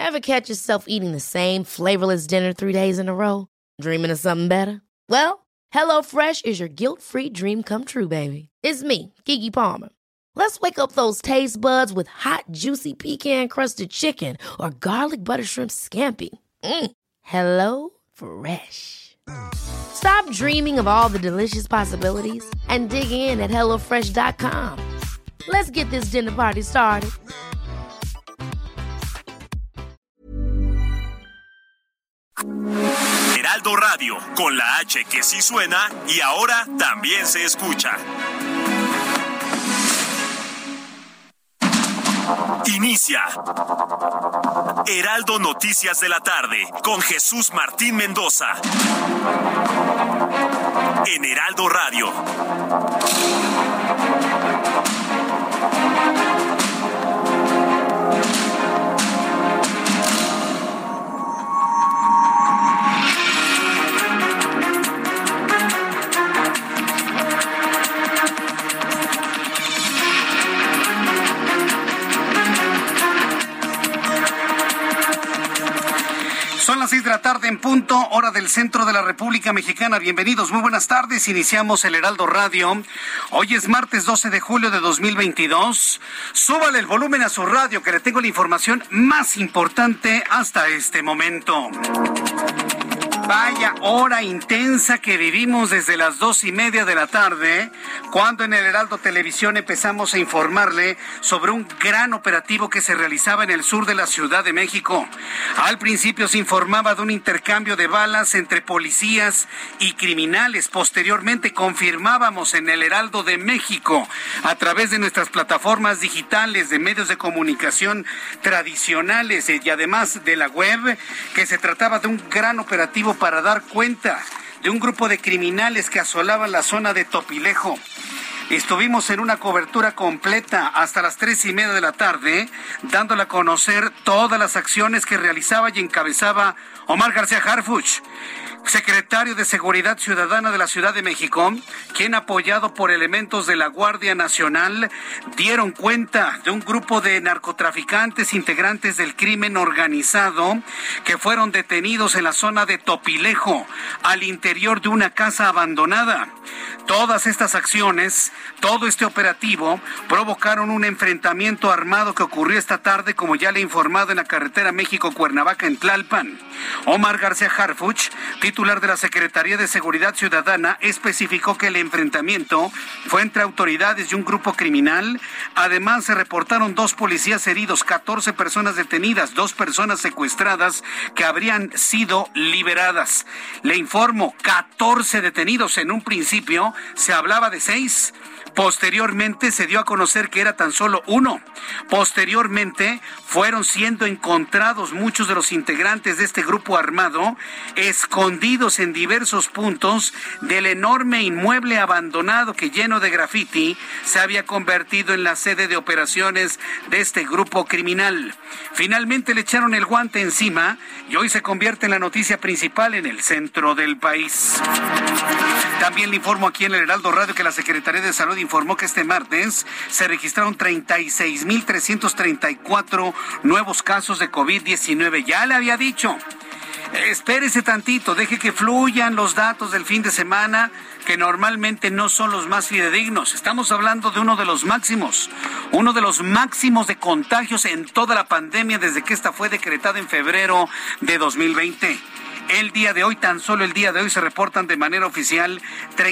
Ever catch yourself eating the same flavorless dinner 3 days in a row? Dreaming of something better? Well, HelloFresh is your guilt-free dream come true, baby. It's me, Keke Palmer. Let's wake up those taste buds with hot, juicy pecan-crusted chicken or garlic butter shrimp scampi. Hello Fresh. Stop dreaming of all the delicious possibilities and dig in at HelloFresh.com. Let's get this dinner party started. Heraldo Radio, con la H que sí suena y ahora también se escucha. Inicia Heraldo Noticias de la tarde con Jesús Martín Mendoza. En Heraldo Radio. Son las 6 de la tarde en punto, hora del centro de la República Mexicana. Bienvenidos, muy buenas tardes. Iniciamos el Heraldo Radio. Hoy es martes 12 de julio de 2022. Súbale el volumen a su radio, que le tengo la información más importante hasta este momento. Vaya hora intensa que vivimos desde las 2:30 de la tarde, cuando en el Heraldo Televisión empezamos a informarle sobre un gran operativo que se realizaba en el sur de la Ciudad de México. Al principio se informaba de un intercambio de balas entre policías y criminales. Posteriormente confirmábamos en el Heraldo de México, a través de nuestras plataformas digitales de medios de comunicación tradicionales y además de la web, que se trataba de un gran operativo para dar cuenta de un grupo de criminales que asolaban la zona de Topilejo. Estuvimos en una cobertura completa hasta las 3:30 de la tarde, dándole a conocer todas las acciones que realizaba y encabezaba Omar García Harfuch, secretario de Seguridad Ciudadana de la Ciudad de México, quien, apoyado por elementos de la Guardia Nacional, dieron cuenta de un grupo de narcotraficantes integrantes del crimen organizado que fueron detenidos en la zona de Topilejo, al interior de una casa abandonada. Todas estas acciones, todo este operativo, provocaron un enfrentamiento armado que ocurrió esta tarde, como ya le he informado, en la carretera México-Cuernavaca en Tlalpan. Omar García Harfuch, titular de la Secretaría de Seguridad Ciudadana, especificó que el enfrentamiento fue entre autoridades y un grupo criminal. Además, se reportaron 2 policías heridos, 14 personas detenidas, 2 personas secuestradas que habrían sido liberadas. Le informo, 14 detenidos. En un principio se hablaba de 6. Posteriormente se dio a conocer que era tan solo 1. Posteriormente fueron siendo encontrados muchos de los integrantes de este grupo armado escondidos en diversos puntos del enorme inmueble abandonado que, lleno de grafiti, se había convertido en la sede de operaciones de este grupo criminal. Finalmente le echaron el guante encima y hoy se convierte en la noticia principal en el centro del país. También le informo aquí en el Heraldo Radio que la Secretaría de Salud informó que este martes se registraron 36,334 nuevos casos de COVID-19. Ya le había dicho, espérese tantito, deje que fluyan los datos del fin de semana, que normalmente no son los más fidedignos. Estamos hablando de uno de los máximos de contagios en toda la pandemia desde que esta fue decretada en febrero de 2020. El día de hoy, tan solo el día de hoy, se reportan de manera oficial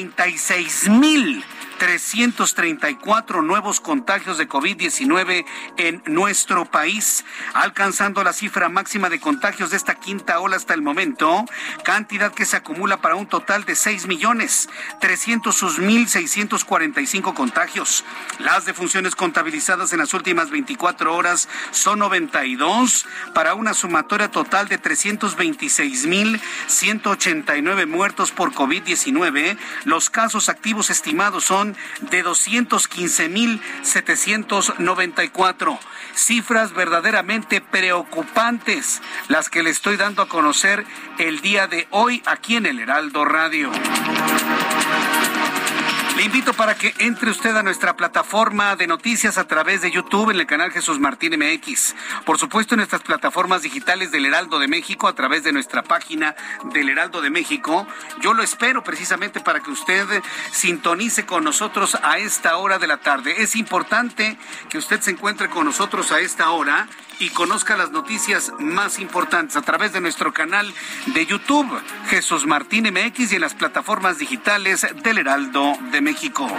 36,334 nuevos contagios de COVID-19 en nuestro país, alcanzando la cifra máxima de contagios de esta quinta ola hasta el momento, cantidad que se acumula para un total de 6,301,645 contagios. Las defunciones contabilizadas en las últimas 24 horas son 92, para una sumatoria total de 326,189 muertos por COVID-19. Los casos activos estimados son de 215,794. Cifras verdaderamente preocupantes las que le estoy dando a conocer el día de hoy aquí en el Heraldo Radio. Le invito para que entre usted a nuestra plataforma de noticias a través de YouTube en el canal Jesús Martín MX. Por supuesto, en nuestras plataformas digitales del Heraldo de México a través de nuestra página del Heraldo de México. Yo lo espero precisamente para que usted sintonice con nosotros a esta hora de la tarde. Es importante que usted se encuentre con nosotros a esta hora y conozca las noticias más importantes a través de nuestro canal de YouTube, Jesús Martín MX, y en las plataformas digitales del Heraldo de México.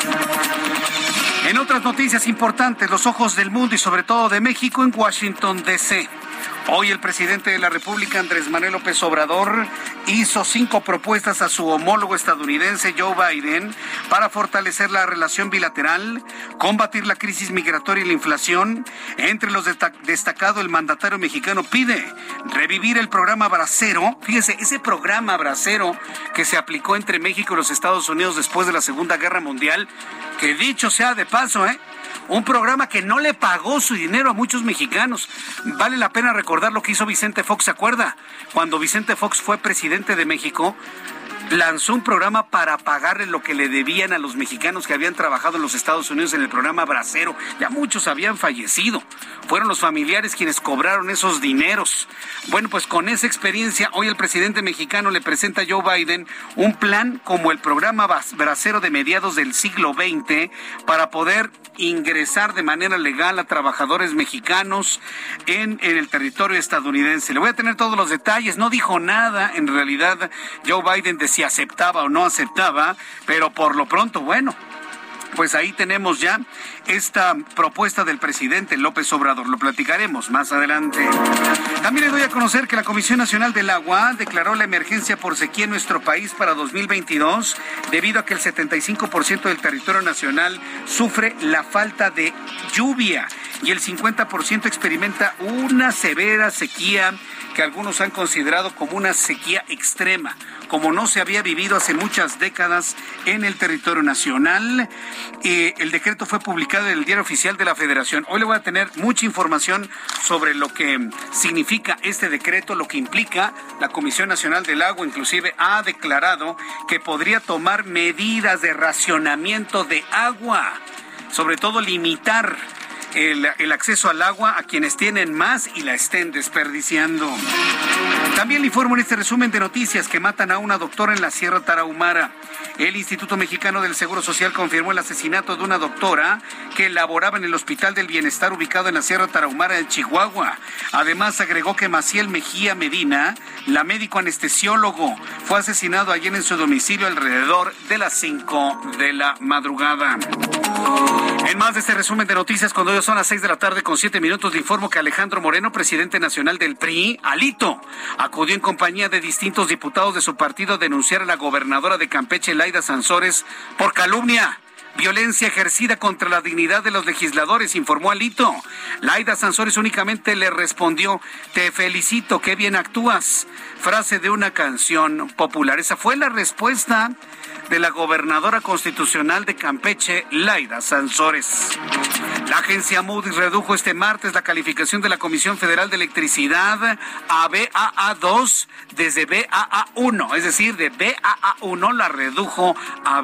En otras noticias importantes, los ojos del mundo y sobre todo de México en Washington, D.C. Hoy el presidente de la República, Andrés Manuel López Obrador, hizo 5 propuestas a su homólogo estadounidense, Joe Biden, para fortalecer la relación bilateral, combatir la crisis migratoria y la inflación. Entre los destacado, el mandatario mexicano pide revivir el programa Bracero. Fíjese, ese programa Bracero que se aplicó entre México y los Estados Unidos después de la Segunda Guerra Mundial, que dicho sea de paso, un programa que no le pagó su dinero a muchos mexicanos. Vale la pena recordar lo que hizo Vicente Fox, ¿se acuerda? Cuando Vicente Fox fue presidente de México, lanzó un programa para pagarle lo que le debían a los mexicanos que habían trabajado en los Estados Unidos en el programa Bracero. Ya muchos habían fallecido. Fueron los familiares quienes cobraron esos dineros. Bueno, pues con esa experiencia, hoy el presidente mexicano le presenta a Joe Biden un plan como el programa Bracero de mediados del siglo XX para poder ingresar de manera legal a trabajadores mexicanos en el territorio estadounidense. Le voy a tener todos los detalles. No dijo nada, en realidad, Joe Biden, de si aceptaba o no aceptaba, pero por lo pronto, bueno, pues ahí tenemos ya esta propuesta del presidente López Obrador. Lo platicaremos más adelante. También le doy a conocer que la Comisión Nacional del Agua declaró la emergencia por sequía en nuestro país para 2022, debido a que el 75% del territorio nacional sufre la falta de lluvia y el 50% experimenta una severa sequía que algunos han considerado como una sequía extrema, como no se había vivido hace muchas décadas en el territorio nacional. El decreto fue publicado en el Diario Oficial de la Federación. Hoy le voy a tener mucha información sobre lo que significa este decreto, lo que implica. La Comisión Nacional del Agua inclusive ha declarado que podría tomar medidas de racionamiento de agua, sobre todo limitar el acceso al agua a quienes tienen más y la estén desperdiciando. También le informo en este resumen de noticias que matan a una doctora en la Sierra Tarahumara. El Instituto Mexicano del Seguro Social confirmó el asesinato de una doctora que laboraba en el Hospital del Bienestar ubicado en la Sierra Tarahumara de Chihuahua. Además, agregó que Maciel Mejía Medina, la médico anestesiólogo, fue asesinado ayer en su domicilio alrededor de las 5 de la madrugada. En más de este resumen de noticias, cuando ya son las 6 de la tarde con 7 minutos, le informo que Alejandro Moreno, presidente nacional del PRI, Alito, acudió en compañía de distintos diputados de su partido a denunciar a la gobernadora de Campeche, Laida Sansores, por calumnia, violencia ejercida contra la dignidad de los legisladores, informó Alito. Laida Sansores únicamente le respondió: te felicito, qué bien actúas, frase de una canción popular. Esa fue la respuesta de la gobernadora constitucional de Campeche, Laida Sansores. La agencia Moody's redujo este martes la calificación de la Comisión Federal de Electricidad a Baa2 desde Baa1, es decir, de Baa1 la redujo a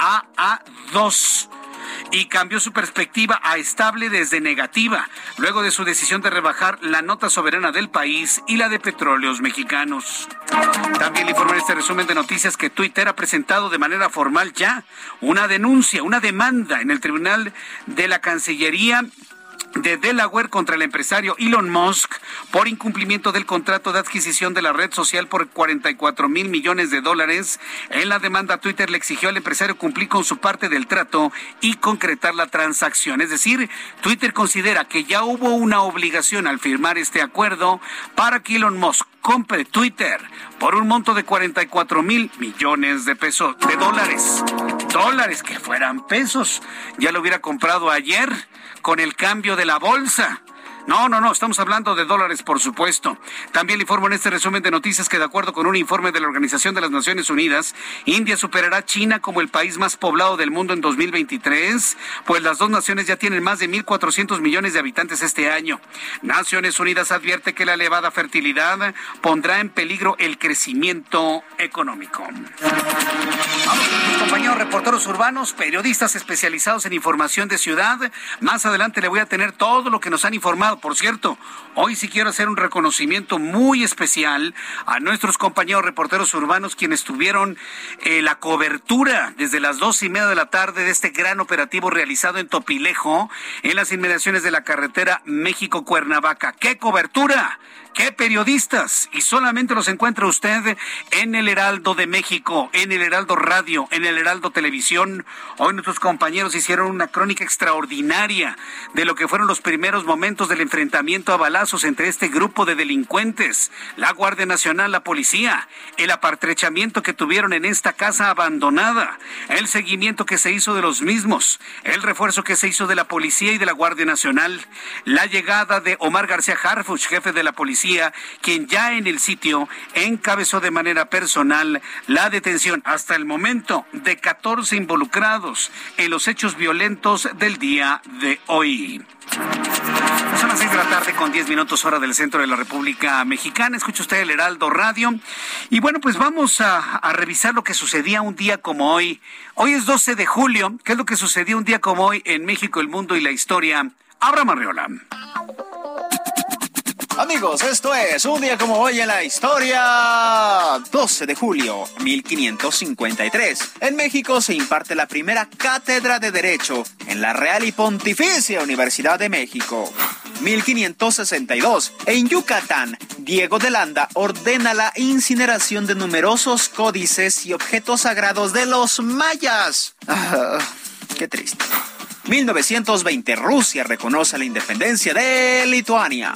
Baa2 y cambió su perspectiva a estable desde negativa, luego de su decisión de rebajar la nota soberana del país y la de Petróleos Mexicanos. También le informé en este resumen de noticias que Twitter ha presentado de manera formal ya una denuncia, una demanda en el Tribunal de la Cancillería de Delaware contra el empresario Elon Musk por incumplimiento del contrato de adquisición de la red social por $44 mil millones. En la demanda, Twitter le exigió al empresario cumplir con su parte del trato y concretar la transacción. Es decir, Twitter considera que ya hubo una obligación al firmar este acuerdo para que Elon Musk compre Twitter por un monto de $44 mil millones de dólares. Dólares, que fueran pesos. Ya lo hubiera comprado ayer con el cambio de la bolsa. No, estamos hablando de dólares, por supuesto. También le informo en este resumen de noticias que de acuerdo con un informe de la Organización de las Naciones Unidas, India superará a China como el país más poblado del mundo en 2023, pues las dos naciones ya tienen más de 1.400 millones de habitantes este año. Naciones Unidas advierte que la elevada fertilidad pondrá en peligro el crecimiento económico. Vamos con tus compañeros reporteros urbanos, periodistas especializados en información de ciudad. Más adelante le voy a tener todo lo que nos han informado. Por cierto, hoy sí quiero hacer un reconocimiento muy especial a nuestros compañeros reporteros urbanos quienes tuvieron la cobertura desde las 2:30 de la tarde de este gran operativo realizado en Topilejo, en las inmediaciones de la carretera México-Cuernavaca. ¡Qué cobertura! ¡Qué periodistas! Y solamente los encuentra usted en el Heraldo de México, en el Heraldo Radio, en el Heraldo Televisión. Hoy nuestros compañeros hicieron una crónica extraordinaria de lo que fueron los primeros momentos del enfrentamiento a balazos entre este grupo de delincuentes, la Guardia Nacional, la policía, el apertrechamiento que tuvieron en esta casa abandonada, el seguimiento que se hizo de los mismos, el refuerzo que se hizo de la policía y de la Guardia Nacional, la llegada de Omar García Harfuch, jefe de la policía, quien ya en el sitio encabezó de manera personal la detención hasta el momento de 14 involucrados en los hechos violentos del día de hoy. Son las 6 de la tarde con 10 minutos hora del centro de la República Mexicana. Escucha usted el Heraldo Radio. Y bueno, pues vamos a revisar lo que sucedía un día como hoy. Hoy es 12 de julio. ¿Qué es lo que sucedió un día como hoy en México, el mundo y la historia? Abraham Arreola. Amigos, esto es un día como hoy en la historia. 12 de julio, 1553. En México se imparte la primera cátedra de Derecho en la Real y Pontificia Universidad de México. 1562. En Yucatán, Diego de Landa ordena la incineración de numerosos códices y objetos sagrados de los mayas. Qué triste. 1920. Rusia reconoce la independencia de Lituania.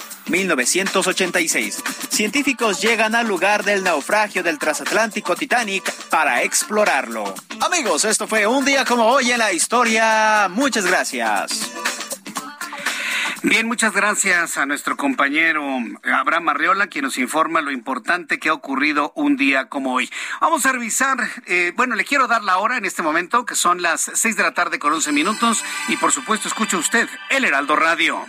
1986. Científicos llegan al lugar del naufragio del transatlántico Titanic para explorarlo. Amigos, esto fue un día como hoy en la historia. Muchas gracias. Bien, muchas gracias a nuestro compañero Abraham Arreola, quien nos informa lo importante que ha ocurrido un día como hoy. Vamos a revisar, le quiero dar la hora en este momento, que son las 6 de la tarde con 11 minutos, y por supuesto escucha usted el Heraldo Radio.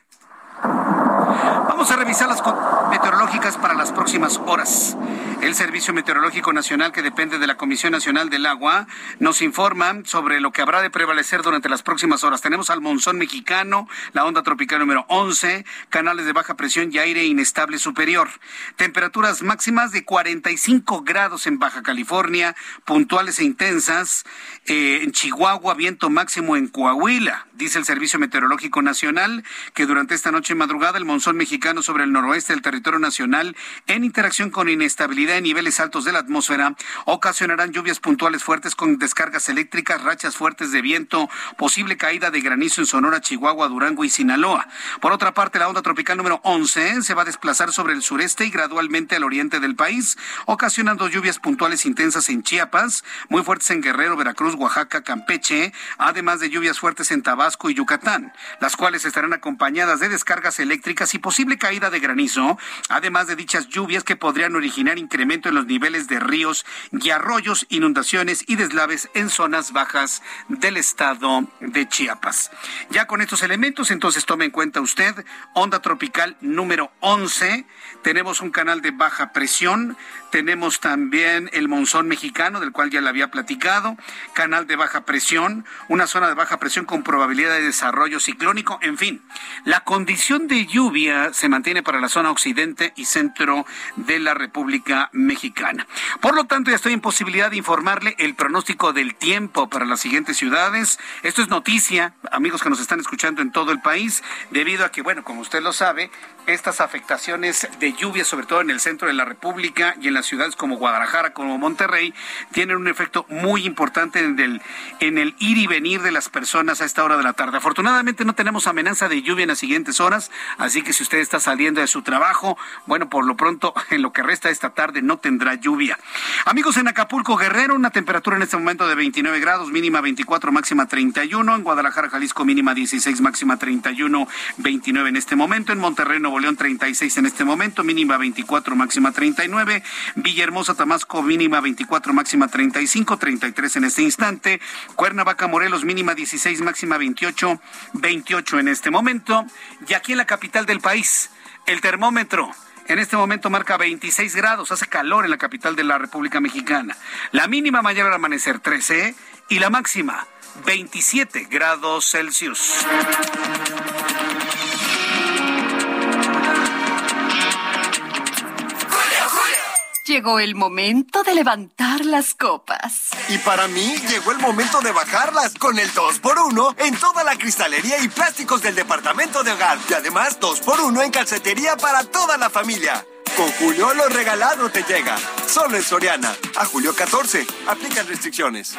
Vamos a revisar las meteorológicas para las próximas horas. El Servicio Meteorológico Nacional, que depende de la Comisión Nacional del Agua, nos informa sobre lo que habrá de prevalecer durante las próximas horas. Tenemos al monzón mexicano, la onda tropical número 11, canales de baja presión y aire inestable superior. Temperaturas máximas de 45 grados en Baja California, puntuales e intensas. En Chihuahua, viento máximo en Coahuila. Dice el Servicio Meteorológico Nacional que durante esta noche y madrugada el monzón mexicano sobre el noroeste del territorio nacional, en interacción con inestabilidad en niveles altos de la atmósfera, ocasionarán lluvias puntuales fuertes con descargas eléctricas, rachas fuertes de viento, posible caída de granizo en Sonora, Chihuahua, Durango y Sinaloa. Por otra parte, la onda tropical número 11 se va a desplazar sobre el sureste y gradualmente al oriente del país, ocasionando lluvias puntuales intensas en Chiapas, muy fuertes en Guerrero, Veracruz, Oaxaca, Campeche, además de lluvias fuertes en Tabasco y Yucatán, las cuales estarán acompañadas de descargas eléctricas y posible caída de granizo, además de dichas lluvias que podrían originar incremento en los niveles de ríos y arroyos, inundaciones y deslaves en zonas bajas del estado de Chiapas. Ya con estos elementos, entonces tome en cuenta usted, onda tropical número 11, tenemos un canal de baja presión, tenemos también el monzón mexicano, del cual ya le había platicado, canal de baja presión, una zona de baja presión con probabilidad de desarrollo ciclónico, en fin, la condición de lluvia se mantiene para la zona occidente y centro de la República Mexicana. Por lo tanto, ya estoy en posibilidad de informarle el pronóstico del tiempo para las siguientes ciudades. Esto es noticia, amigos que nos están escuchando en todo el país, debido a que, bueno, como usted lo sabe, estas afectaciones de lluvia, sobre todo en el centro de la República y en las ciudades como Guadalajara, como Monterrey, tienen un efecto muy importante en el ir y venir de las personas a esta hora de la tarde. Afortunadamente no tenemos amenaza de lluvia en las siguientes horas, así que si usted está saliendo de su trabajo, bueno, por lo pronto, en lo que resta de esta tarde no tendrá lluvia. Amigos, en Acapulco, Guerrero, una temperatura en este momento de 29 grados, mínima 24, máxima 31. En Guadalajara, Jalisco, mínima 16, máxima 31, 29 en este momento. En Monterrey, Nuevo León, 36 en este momento, mínima 24, máxima 39. Villahermosa, Tabasco, mínima 24, máxima 35, 33 en este instante. Cuernavaca, Morelos, mínima 16, máxima 28, 28 en este momento. Y aquí en la capital del país, el termómetro en este momento marca 26 grados, hace calor en la capital de la República Mexicana. La mínima mañana al amanecer 13 y la máxima 27 grados Celsius. Llegó el momento de levantar las copas. Y para mí llegó el momento de bajarlas con el 2x1 en toda la cristalería y plásticos del departamento de hogar. Y además 2x1 en calcetería para toda la familia. Con Julio lo regalado te llega. Solo en Soriana. A julio 14. Aplican restricciones.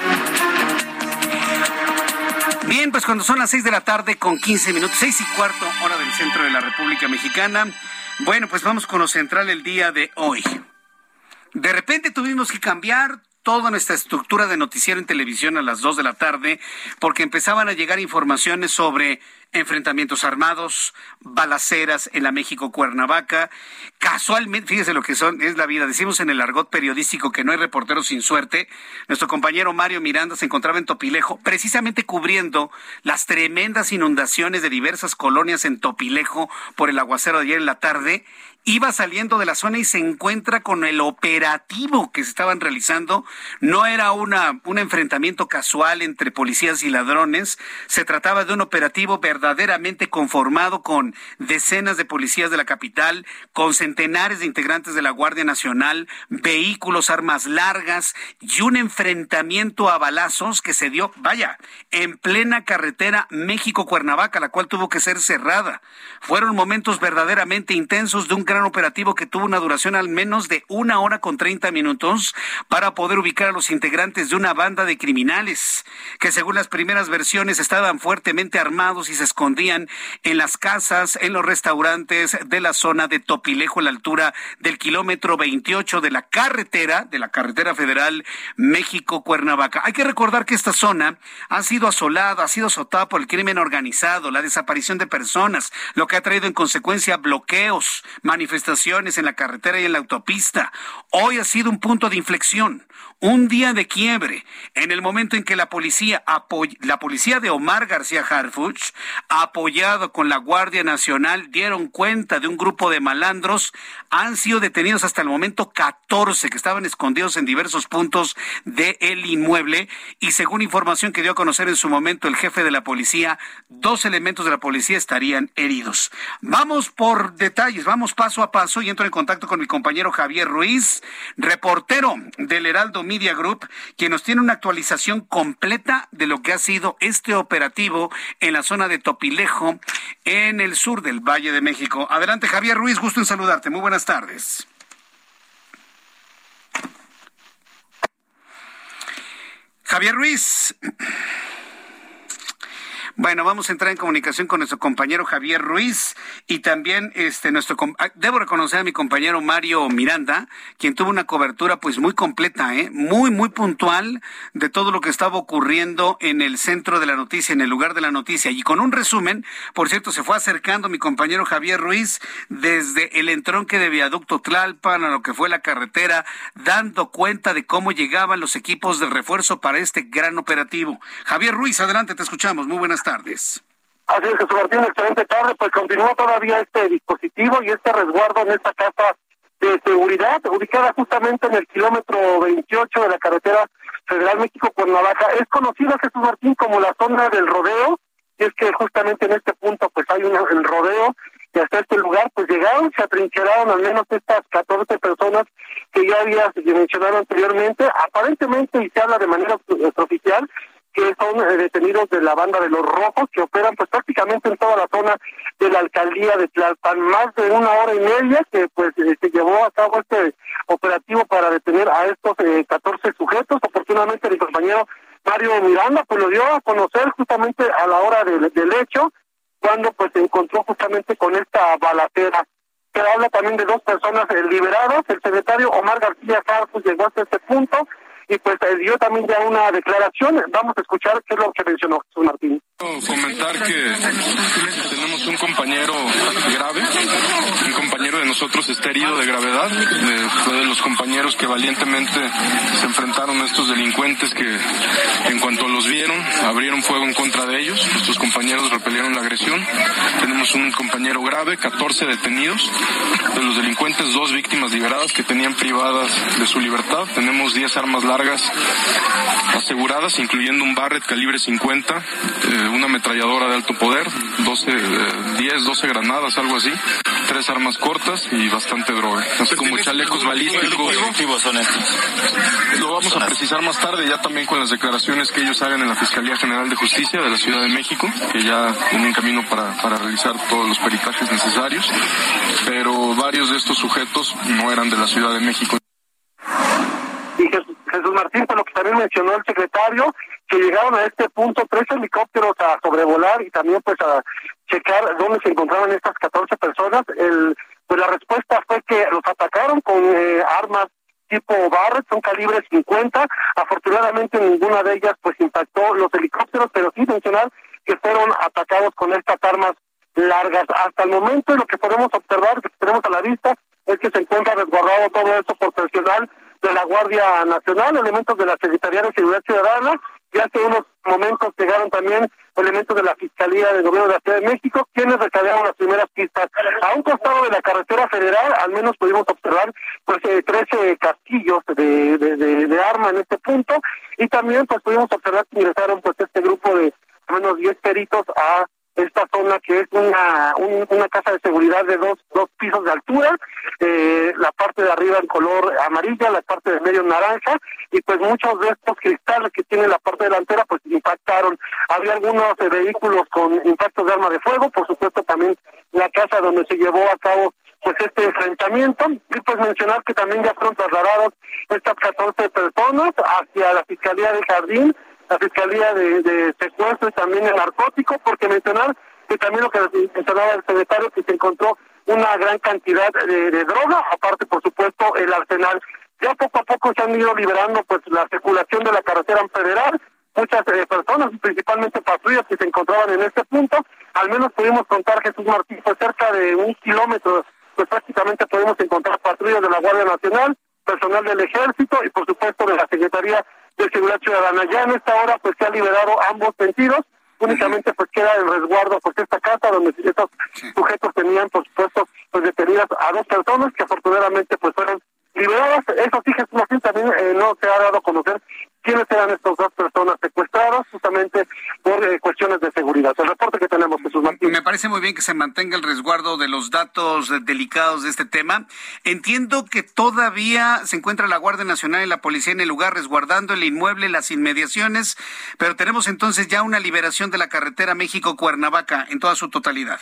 Bien, pues cuando son las 6 de la tarde con 15 minutos, 6:15, hora del centro de la República Mexicana. Bueno, pues vamos con lo central el día de hoy. De repente tuvimos que cambiar toda nuestra estructura de noticiero en televisión a las 2 de la tarde porque empezaban a llegar informaciones sobre enfrentamientos armados, balaceras en la México-Cuernavaca. Casualmente, fíjese lo que es la vida. Decimos en el argot periodístico que no hay reportero sin suerte. Nuestro compañero Mario Miranda se encontraba en Topilejo, precisamente cubriendo las tremendas inundaciones de diversas colonias en Topilejo por el aguacero de ayer en la tarde. Iba saliendo de la zona y se encuentra con el operativo que se estaban realizando. No era un enfrentamiento casual entre policías y ladrones. Se trataba de un operativo verdaderamente conformado con decenas de policías de la capital, con centenares de integrantes de la Guardia Nacional, vehículos, armas largas y un enfrentamiento a balazos que se dio, en plena carretera México-Cuernavaca, la cual tuvo que ser cerrada. Fueron momentos verdaderamente intensos de un gran operativo que tuvo una duración al menos de 1 hora con 30 minutos para poder ubicar a los integrantes de una banda de criminales que, según las primeras versiones, estaban fuertemente armados y se escondían en las casas, en los restaurantes de la zona de Topilejo, a la altura del kilómetro 28 de la carretera federal México-Cuernavaca. Hay que recordar que esta zona ha sido asolada, ha sido azotada por el crimen organizado, la desaparición de personas, lo que ha traído en consecuencia bloqueos, manifestaciones en la carretera y en la autopista. Hoy ha sido un punto de inflexión, un día de quiebre, en el momento en que la policía de Omar García Harfuch, apoyado con la Guardia Nacional, dieron cuenta de un grupo de malandros. Han sido detenidos hasta el momento 14 que estaban escondidos en diversos puntos del inmueble, y según información que dio a conocer en su momento el jefe de la policía, 2 elementos de la policía estarían heridos. Vamos por detalles, vamos paso a paso, y entro en contacto con mi compañero Javier Ruiz, reportero del Heraldo Media Group, quien nos tiene una actualización completa de lo que ha sido este operativo en la zona de Topilejo, en el sur del Valle de México. Adelante, Javier Ruiz, gusto en saludarte. Muy buenas tardes. Javier Ruiz. Bueno, vamos a entrar en comunicación con nuestro compañero Javier Ruiz y también debo reconocer a mi compañero Mario Miranda, quien tuvo una cobertura pues muy completa, muy puntual de todo lo que estaba ocurriendo en el centro de la noticia, en el lugar de la noticia, y con un resumen. Por cierto, se fue acercando mi compañero Javier Ruiz desde el entronque de Viaducto Tlalpan a lo que fue la carretera, dando cuenta de cómo llegaban los equipos de refuerzo para este gran operativo. Javier Ruiz, adelante, te escuchamos. Muy buenas tardes. Así es, Jesús Martín, excelente tarde. Pues continúa todavía este dispositivo y este resguardo en esta casa de seguridad, ubicada justamente en el kilómetro 28 de la carretera federal México-Cuernavaca. Es conocida, Jesús Martín, como la zona del rodeo, y es que justamente en este punto pues hay el rodeo, y hasta este lugar pues llegaron, se atrincheraron al menos estas 14 personas que ya había mencionado anteriormente, aparentemente, y se habla de manera oficial, que son detenidos de la banda de los Rojos, que operan pues prácticamente en toda la zona de la alcaldía de Tlalpan. Más de 1 hora y media que pues se llevó a cabo este operativo para detener a estos 14 sujetos. Afortunadamente mi compañero Mario Miranda pues lo dio a conocer justamente a la hora del hecho, cuando pues se encontró justamente con esta balacera. Se habla también de 2 personas liberadas. El secretario Omar García Jarfus llegó hasta este punto y pues dio también ya una declaración. Vamos a escuchar qué es lo que mencionó Jesús Martín. Comentar que tenemos un compañero grave, un compañero de nosotros está herido de gravedad, fue de los compañeros que valientemente se enfrentaron a estos delincuentes que en cuanto los vieron abrieron fuego en contra de ellos. Nuestros compañeros repelieron la agresión. Tenemos un compañero grave, 14 detenidos, de los delincuentes 2 víctimas liberadas que tenían privadas de su libertad. Tenemos 10 armas largas aseguradas, incluyendo un Barrett calibre 50, una ametralladora de alto poder, 12 granadas, algo así, 3 armas cortas y bastante droga, así como chalecos balísticos. ¿Qué objetivos son estos? Lo vamos a precisar más tarde, ya también con las declaraciones que ellos hagan en la Fiscalía General de Justicia de la Ciudad de México, que ya tienen camino para realizar todos los peritajes necesarios, pero varios de estos sujetos no eran de la Ciudad de México. Y Jesús Martín, por lo que también mencionó el secretario, que llegaron a este punto 3 helicópteros a sobrevolar y también pues a checar dónde se encontraban estas 14 personas. Pues la respuesta fue que los atacaron con armas tipo Barrett, son calibre 50. Afortunadamente ninguna de ellas pues impactó los helicópteros, pero sí mencionar que fueron atacados con estas armas largas. Hasta el momento lo que podemos observar, que tenemos a la vista, es que se encuentra resguardado todo esto por personal de la Guardia Nacional, elementos de la Secretaría de Seguridad Ciudadana, y hace unos momentos llegaron también elementos de la Fiscalía del Gobierno de la Ciudad de México, quienes recabaron las primeras pistas. A un costado de la carretera federal, al menos pudimos observar pues 13 casquillos de arma en este punto, y también pues pudimos observar que ingresaron pues este grupo de al menos 10 peritos a esta zona, que es una casa de seguridad de dos pisos de altura, la parte de arriba en color amarilla, la parte de medio naranja, y pues muchos de estos cristales que tiene la parte delantera pues impactaron. Había algunos vehículos con impactos de arma de fuego, por supuesto también la casa donde se llevó a cabo pues este enfrentamiento, y pues mencionar que también ya fueron trasladados estas 14 personas hacia la Fiscalía de Jardín, la Fiscalía de Secuestro y también de Narcótico, porque mencionar que también lo que mencionaba el secretario, que se encontró una gran cantidad de droga, aparte por supuesto el arsenal. Ya poco a poco se han ido liberando pues la circulación de la carretera federal, muchas personas, principalmente patrullas que se encontraban en este punto. Al menos pudimos contar, Jesús Martín, pues cerca de 1 kilómetro, pues prácticamente podemos encontrar patrullas de la Guardia Nacional, personal del Ejército y por supuesto de la Secretaría de Seguridad Ciudadana. Ya en esta hora pues se ha liberado ambos sentidos, únicamente pues queda en resguardo pues esta casa donde estos sujetos tenían por supuesto pues detenidas a 2 personas que afortunadamente pues fueron liberadas. Eso sí, Jesús Martín, también no se ha dado a conocer quiénes eran estas 2 personas secuestradas justamente por cuestiones de seguridad. El reporte que tenemos, Jesús Martín. Me parece muy bien que se mantenga el resguardo de los datos delicados de este tema. Entiendo que todavía se encuentra la Guardia Nacional y la policía en el lugar resguardando el inmueble, las inmediaciones, pero tenemos entonces ya una liberación de la carretera México-Cuernavaca en toda su totalidad.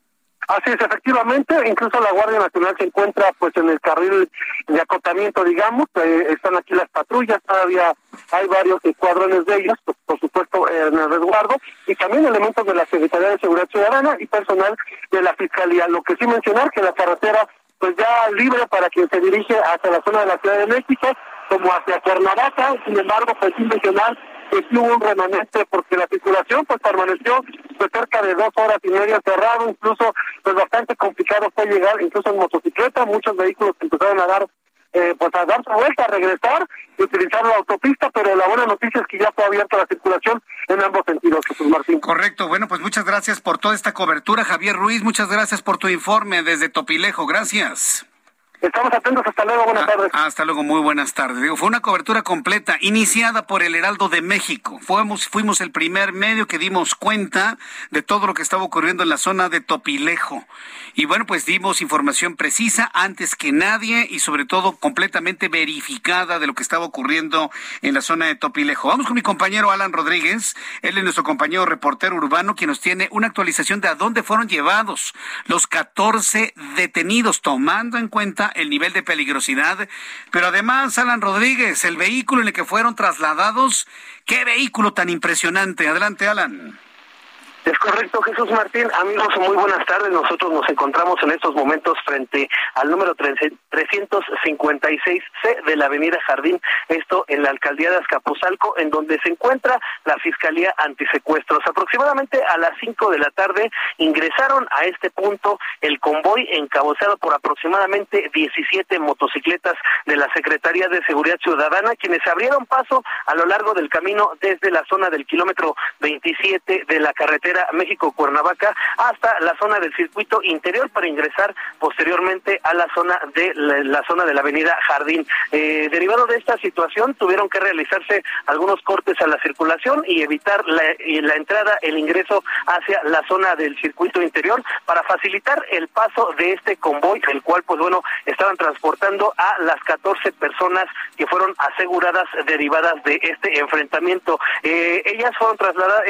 Así es, efectivamente, incluso la Guardia Nacional se encuentra pues en el carril de acotamiento, digamos, están aquí las patrullas, todavía hay varios escuadrones de ellos, pues, por supuesto en el resguardo, y también elementos de la Secretaría de Seguridad Ciudadana y personal de la Fiscalía. Lo que sí mencionar que la carretera pues ya libre para quien se dirige hacia la zona de la Ciudad de México, como hacia Cuernavaca. Sin embargo, pues sí mencionar que sí hubo un remanente porque la circulación pues permaneció pues cerca de 2 horas y media cerrado, incluso pues bastante complicado fue llegar, incluso en motocicleta, muchos vehículos empezaron a dar pues a dar su vuelta, a regresar y utilizar la autopista, pero la buena noticia es que ya fue abierta la circulación en ambos sentidos, Jesús Martín. Correcto, bueno, pues muchas gracias por toda esta cobertura, Javier Ruiz, muchas gracias por tu informe desde Topilejo, gracias. Estamos atentos, hasta luego, buenas tardes. Hasta luego, muy buenas tardes. Digo, fue una cobertura completa, iniciada por el Heraldo de México. Fuimos el primer medio que dimos cuenta de todo lo que estaba ocurriendo en la zona de Topilejo. Y bueno, pues dimos información precisa antes que nadie y sobre todo completamente verificada de lo que estaba ocurriendo en la zona de Topilejo. Vamos con mi compañero Alan Rodríguez. Él es nuestro compañero reportero urbano, quien nos tiene una actualización de a dónde fueron llevados los 14 detenidos, tomando en cuenta el nivel de peligrosidad, pero además, Alan Rodríguez, el vehículo en el que fueron trasladados, qué vehículo tan impresionante. Adelante, Alan. Es correcto, Jesús Martín. Amigos, muy buenas tardes. Nosotros nos encontramos en estos momentos frente al número 356C de la avenida Jardín, esto en la alcaldía de Azcapotzalco, en donde se encuentra la Fiscalía Antisecuestros. Aproximadamente a las 5 de la tarde ingresaron a este punto el convoy encabezado por aproximadamente 17 motocicletas de la Secretaría de Seguridad Ciudadana, quienes abrieron paso a lo largo del camino desde la zona del kilómetro 27 de la carretera México-Cuernavaca hasta la zona del circuito interior para ingresar posteriormente a la zona de la avenida Jardín. Derivado de esta situación, tuvieron que realizarse algunos cortes a la circulación y evitar la entrada, el ingreso hacia la zona del circuito interior para facilitar el paso de este convoy, el cual, pues bueno, estaban transportando a las 14 personas que fueron aseguradas derivadas de este enfrentamiento. Ellos fueron trasladadas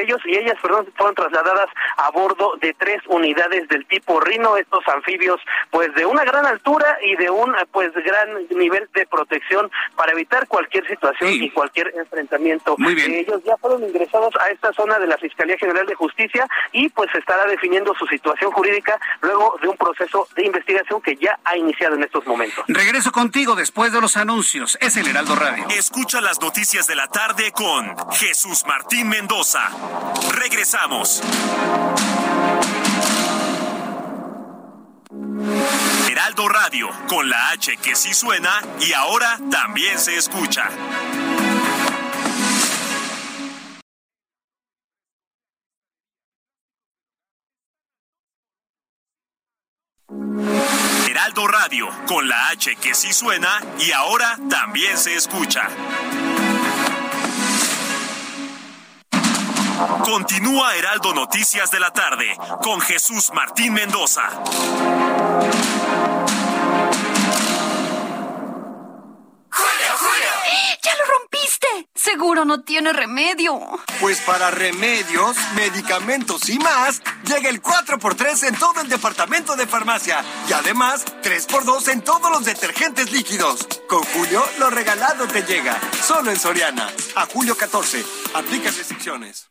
a bordo de 3 unidades del tipo Rhino, estos anfibios pues de una gran altura y de un pues gran nivel de protección para evitar cualquier situación y cualquier enfrentamiento. Muy bien. Ellos ya fueron ingresados a esta zona de la Fiscalía General de Justicia y pues se estará definiendo su situación jurídica luego de un proceso de investigación que ya ha iniciado en estos momentos. Regreso contigo después de los anuncios. Es el Heraldo Radio. Escucha las noticias de la tarde con Jesús Martín Mendoza. Regresamos. Heraldo Radio, con la H que sí suena y ahora también se escucha. Heraldo Radio, con la H que sí suena y ahora también se escucha. Continúa Heraldo Noticias de la tarde con Jesús Martín Mendoza. ¡Julio! ¡Ya lo rompiste! Seguro no tiene remedio. Pues para remedios, medicamentos y más, llega el 4x3 en todo el departamento de farmacia. Y además, 3x2 en todos los detergentes líquidos. Con Julio, lo regalado te llega. Solo en Soriana. A julio 14. Aplica restricciones.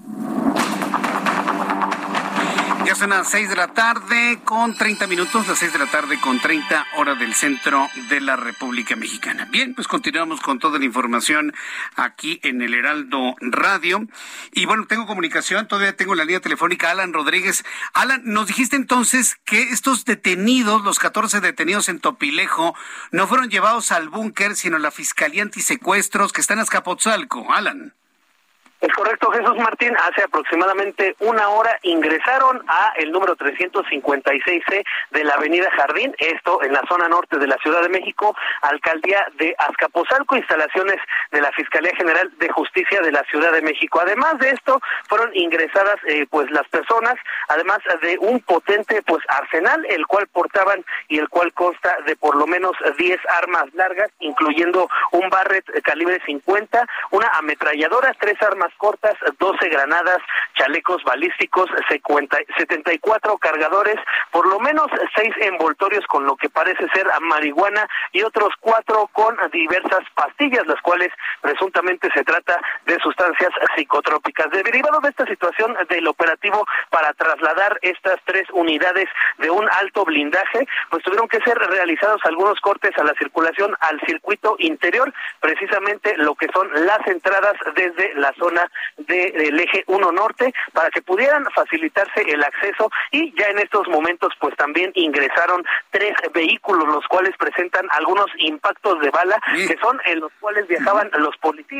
Ya son las 6 de la tarde con 30 minutos, las 6 de la tarde con 30 horas del centro de la República Mexicana. Bien, pues continuamos con toda la información aquí en el Heraldo Radio. Y bueno, tengo comunicación, todavía tengo la línea telefónica Alan Rodríguez. Alan, nos dijiste entonces que estos detenidos, los 14 detenidos en Topilejo, no fueron llevados al búnker, sino a la Fiscalía Antisecuestros que está en Azcapotzalco. Alan. Es correcto, Jesús Martín. Hace aproximadamente una hora ingresaron a el número 356C de la avenida Jardín, esto en la zona norte de la Ciudad de México, alcaldía de Azcapotzalco, instalaciones de la Fiscalía General de Justicia de la Ciudad de México. Además de esto, fueron ingresadas pues las personas, además de un potente pues arsenal, el cual portaban y el cual consta de por lo menos 10 armas largas, incluyendo un Barrett calibre 50, una ametralladora, 3 armas cortas, 12 granadas, chalecos balísticos, 74 cargadores, por lo menos 6 envoltorios con lo que parece ser marihuana y otros 4 con diversas pastillas, las cuales presuntamente se trata de sustancias psicotrópicas. Derivado de esta situación del operativo para trasladar estas 3 unidades de un alto blindaje, pues tuvieron que ser realizados algunos cortes a la circulación al circuito interior, precisamente lo que son las entradas desde la zona del eje 1 norte, para que pudieran facilitarse el acceso, y ya en estos momentos pues también ingresaron 3 vehículos, los cuales presentan algunos impactos de bala, que son en los cuales viajaban los policías.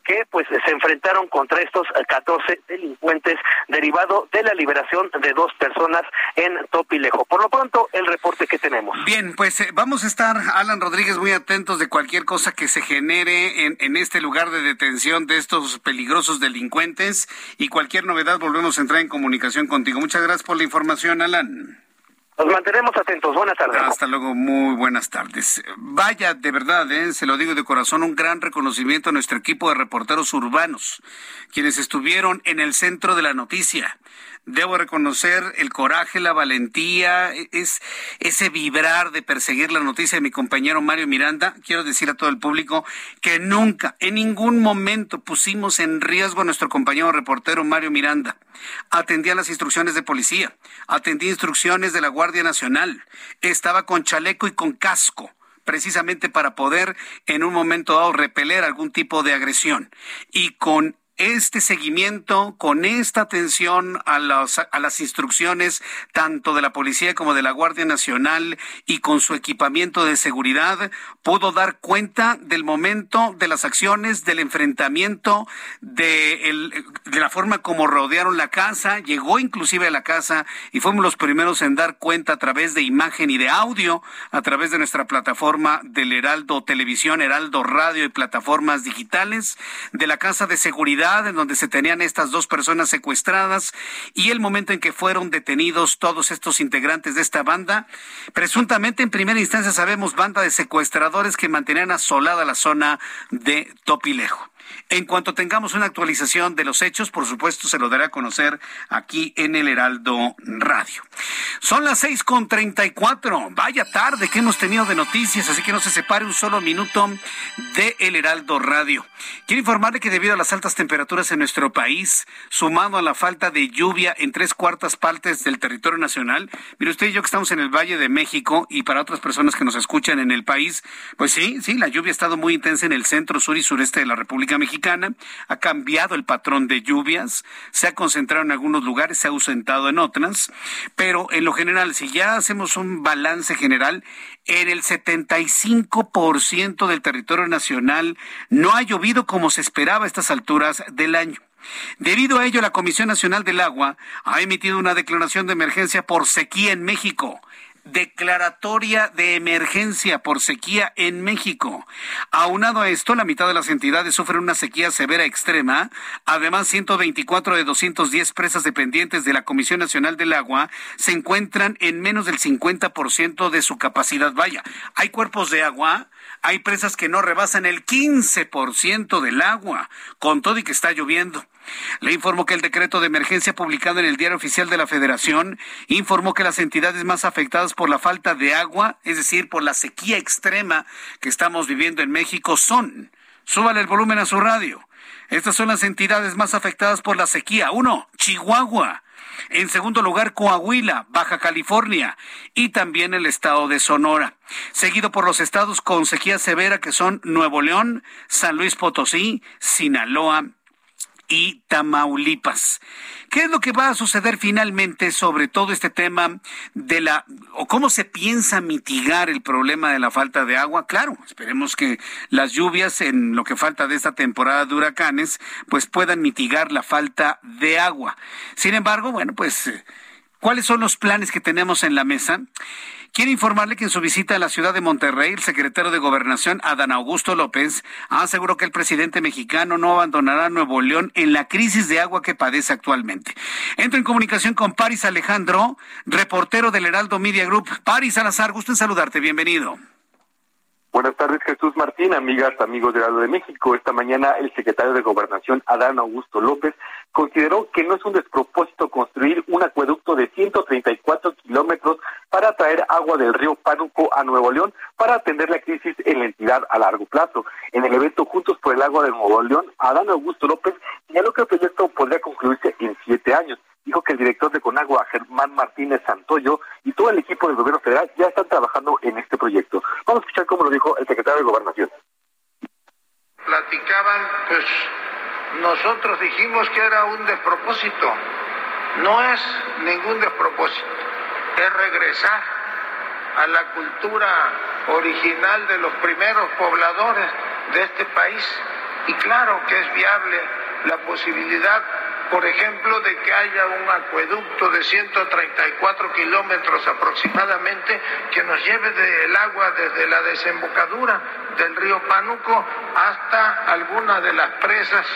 que pues se enfrentaron contra estos 14 delincuentes derivado de la liberación de 2 personas en Topilejo. Por lo pronto, el reporte que tenemos. Bien, pues vamos a estar, Alan Rodríguez, muy atentos de cualquier cosa que se genere en este lugar de detención de estos peligrosos delincuentes, y cualquier novedad volvemos a entrar en comunicación contigo. Muchas gracias por la información, Alan. Nos mantenemos atentos. Buenas tardes. Hasta luego, muy buenas tardes. Vaya, de verdad, se lo digo de corazón, un gran reconocimiento a nuestro equipo de reporteros urbanos, quienes estuvieron en el centro de la noticia. Debo reconocer el coraje, la valentía, es ese vibrar de perseguir la noticia de mi compañero Mario Miranda. Quiero decir a todo el público que nunca, en ningún momento pusimos en riesgo a nuestro compañero reportero Mario Miranda. Atendía las instrucciones de policía, atendía instrucciones de la Guardia Nacional, estaba con chaleco y con casco, precisamente para poder en un momento dado repeler algún tipo de agresión. Y con este seguimiento, con esta atención a las instrucciones tanto de la policía como de la Guardia Nacional, y con su equipamiento de seguridad, pudo dar cuenta del momento, de las acciones, del enfrentamiento, de la forma como rodearon la casa. Llegó inclusive a la casa y fuimos los primeros en dar cuenta a través de imagen y de audio, a través de nuestra plataforma del Heraldo Televisión, Heraldo Radio y plataformas digitales, de la casa de seguridad en donde se tenían estas 2 personas secuestradas, y el momento en que fueron detenidos todos estos integrantes de esta banda, presuntamente en primera instancia sabemos banda de secuestradores que mantenían asolada la zona de Topilejo. En cuanto tengamos una actualización de los hechos, por supuesto, se lo daré a conocer aquí en el Heraldo Radio. Son las 6:34. Vaya tarde que hemos tenido de noticias, así que no se separe un solo minuto de el Heraldo Radio. Quiero informarle que debido a las altas temperaturas en nuestro país, sumado a la falta de lluvia en 3/4 partes del territorio nacional, mire usted y yo que estamos en el Valle de México, y para otras personas que nos escuchan en el país, pues sí, la lluvia ha estado muy intensa en el centro, sur y sureste de la República Mexicana. Ha cambiado el patrón de lluvias, se ha concentrado en algunos lugares, se ha ausentado en otras, pero en lo general, si ya hacemos un balance general, en el 75% del territorio nacional no ha llovido como se esperaba a estas alturas del año. Debido a ello, la Comisión Nacional del Agua ha emitido una declaración de emergencia por sequía en México. Declaratoria de emergencia por sequía en México. Aunado a esto, la mitad de las entidades sufren una sequía severa extrema. Además, 124 de 210 presas dependientes de la Comisión Nacional del Agua se encuentran en menos del 50% de su capacidad. Vaya, hay cuerpos de agua, hay presas que no rebasan el 15% del agua, con todo y que está lloviendo. Le informó que el decreto de emergencia publicado en el Diario Oficial de la Federación informó que las entidades más afectadas por la falta de agua, es decir, por la sequía extrema que estamos viviendo en México, son, súbale el volumen a su radio, estas son las entidades más afectadas por la sequía. 1, Chihuahua. En segundo lugar, Coahuila, Baja California y también el estado de Sonora. Seguido por los estados con sequía severa que son Nuevo León, San Luis Potosí, Sinaloa y Tamaulipas. ¿Qué es lo que va a suceder finalmente sobre todo este tema o cómo se piensa mitigar el problema de la falta de agua? Claro, esperemos que las lluvias en lo que falta de esta temporada de huracanes pues puedan mitigar la falta de agua. Sin embargo, bueno, pues ¿cuáles son los planes que tenemos en la mesa? Quiero informarle que en su visita a la ciudad de Monterrey, el secretario de Gobernación, Adán Augusto López, aseguró que el presidente mexicano no abandonará a Nuevo León en la crisis de agua que padece actualmente. Entro en comunicación con Paris Alejandro, reportero del Heraldo Media Group. Paris Salazar, gusto en saludarte, bienvenido. Buenas tardes, Jesús Martín, amigas, amigos del Heraldo de México. Esta mañana el secretario de Gobernación, Adán Augusto López, consideró que no es un despropósito construir un acueducto de 134 kilómetros para traer agua del río Pánuco a Nuevo León para atender la crisis en la entidad a largo plazo. En el evento Juntos por el Agua de Nuevo León, Adán Augusto López señaló que el proyecto podría concluirse en 7 años. Dijo que el director de Conagua, Germán Martínez Santoyo, y todo el equipo del gobierno federal ya están trabajando en este proyecto. Vamos a escuchar cómo lo dijo el secretario de Gobernación. Platicaban, pues nosotros dijimos que era un despropósito. No es ningún despropósito, es regresar a la cultura original de los primeros pobladores de este país, Y claro que es viable la posibilidad, por ejemplo, de que haya un acueducto de 134 kilómetros aproximadamente que nos lleve el agua desde la desembocadura del río Pánuco hasta alguna de las presas.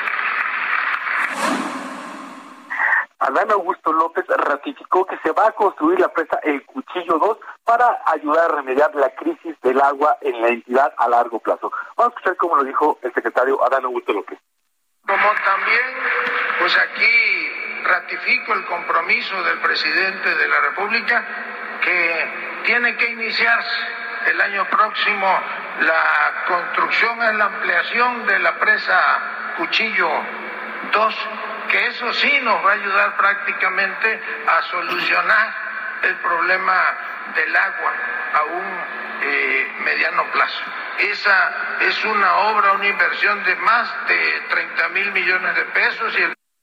Adán Augusto López ratificó que se va a construir la presa El Cuchillo 2 para ayudar a remediar la crisis del agua en la entidad a largo plazo. Vamos a escuchar cómo lo dijo el secretario Adán Augusto López. Como también, pues aquí ratifico el compromiso del presidente de la República que tiene que iniciarse el año próximo la construcción y la ampliación de la presa Cuchillo 2, que eso sí nos va a ayudar prácticamente a solucionar el problema del agua a un mediano plazo. Esa es una obra, una inversión de más de 30,000 millones de pesos.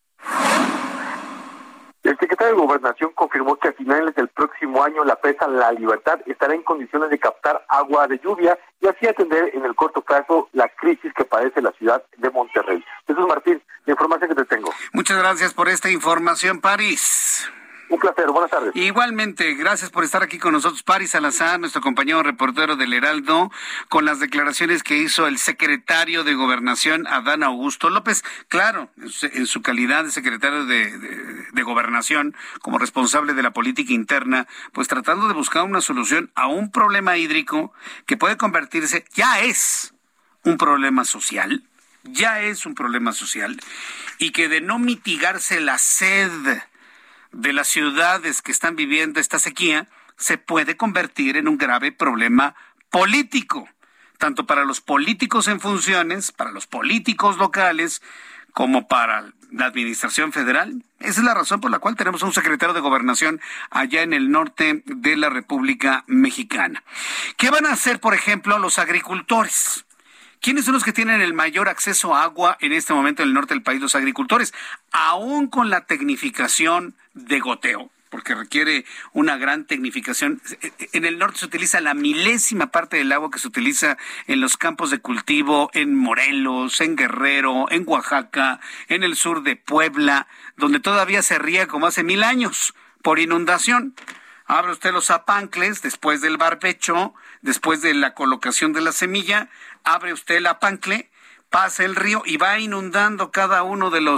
El secretario de Gobernación confirmó que a finales del próximo año la presa La Libertad estará en condiciones de captar agua de lluvia y así atender en el corto plazo la crisis que padece la ciudad de Monterrey. Jesús Martín, la información que te tengo. Muchas gracias por esta información, París. Un placer, buenas tardes. Igualmente, gracias por estar aquí con nosotros, París Salazar, nuestro compañero reportero del Heraldo, con las declaraciones que hizo el secretario de Gobernación, Adán Augusto López. Claro, en su calidad de secretario de Gobernación, como responsable de la política interna, pues tratando de buscar una solución a un problema hídrico que puede convertirse, ya es un problema social, y que de no mitigarse la sed de las ciudades que están viviendo esta sequía, se puede convertir en un grave problema político, tanto para los políticos en funciones, para los políticos locales, como para la administración federal. Esa es la razón por la cual tenemos un secretario de Gobernación allá en el norte de la República Mexicana. ¿Qué van a hacer, por ejemplo, los agricultores? ¿Quiénes son los que tienen el mayor acceso a agua en este momento en el norte del país? Los agricultores, aún con la tecnificación de goteo, porque requiere una gran tecnificación. En el norte se utiliza la milésima parte del agua que se utiliza en los campos de cultivo, en Morelos, en Guerrero, en Oaxaca, en el sur de Puebla, donde todavía se riega como hace 1000 años por inundación. Abre usted los zapancles después del barbecho, después de la colocación de la semilla, abre usted el apancle, pasa el río y va inundando cada uno de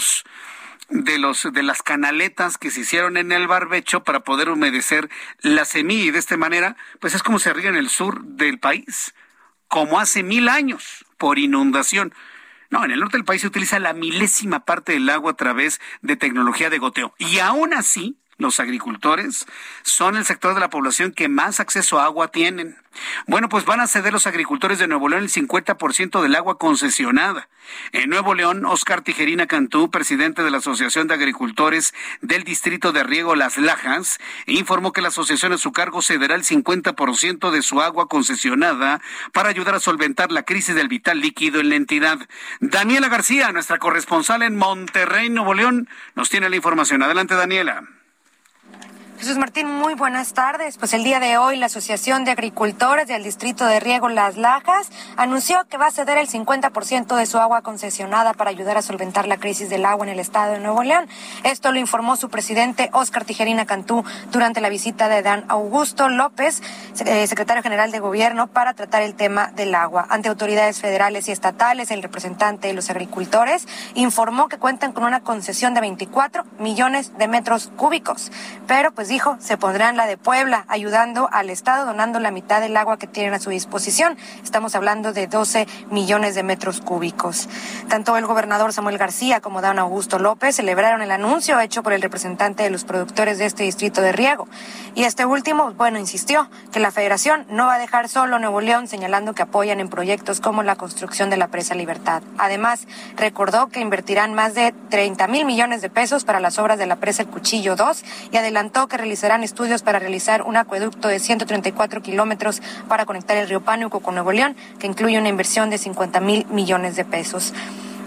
las canaletas que se hicieron en el barbecho para poder humedecer la semilla, y de esta manera, pues es como se riega en el sur del país, como hace 1000 años, por inundación. No, en el norte del país se utiliza la milésima parte del agua a través de tecnología de goteo, y aún así, los agricultores son el sector de la población que más acceso a agua tienen. Bueno, pues van a ceder los agricultores de Nuevo León el 50% del agua concesionada. En Nuevo León, Óscar Tijerina Cantú, presidente de la Asociación de Agricultores del Distrito de Riego Las Lajas, informó que la asociación a su cargo cederá el 50% de su agua concesionada para ayudar a solventar la crisis del vital líquido en la entidad. Daniela García, nuestra corresponsal en Monterrey, Nuevo León, nos tiene la información. Adelante, Daniela. Jesús Martín, muy buenas tardes. Pues el día de hoy la Asociación de Agricultores del Distrito de Riego Las Lajas anunció que va a ceder el 50% de su agua concesionada para ayudar a solventar la crisis del agua en el estado de Nuevo León. Esto lo informó su presidente Óscar Tijerina Cantú durante la visita de Adán Augusto López, secretario general de Gobierno, para tratar el tema del agua. Ante autoridades federales y estatales, el representante de los agricultores informó que cuentan con una concesión de 24 millones de metros cúbicos, pero pues dijo, se pondrán la de Puebla, ayudando al estado, donando la mitad del agua que tienen a su disposición. Estamos hablando de 12 millones de metros cúbicos. Tanto el gobernador Samuel García como Adán Augusto López celebraron el anuncio hecho por el representante de los productores de este distrito de riego. Y este último, insistió que la federación no va a dejar solo a Nuevo León, señalando que apoyan en proyectos como la construcción de la presa Libertad. Además, recordó que invertirán más de 30,000 millones de pesos para las obras de la presa El Cuchillo 2 y adelantó que realizarán estudios para realizar un acueducto de 134 kilómetros para conectar el río Pánuco con Nuevo León, que incluye una inversión de 50,000 millones de pesos.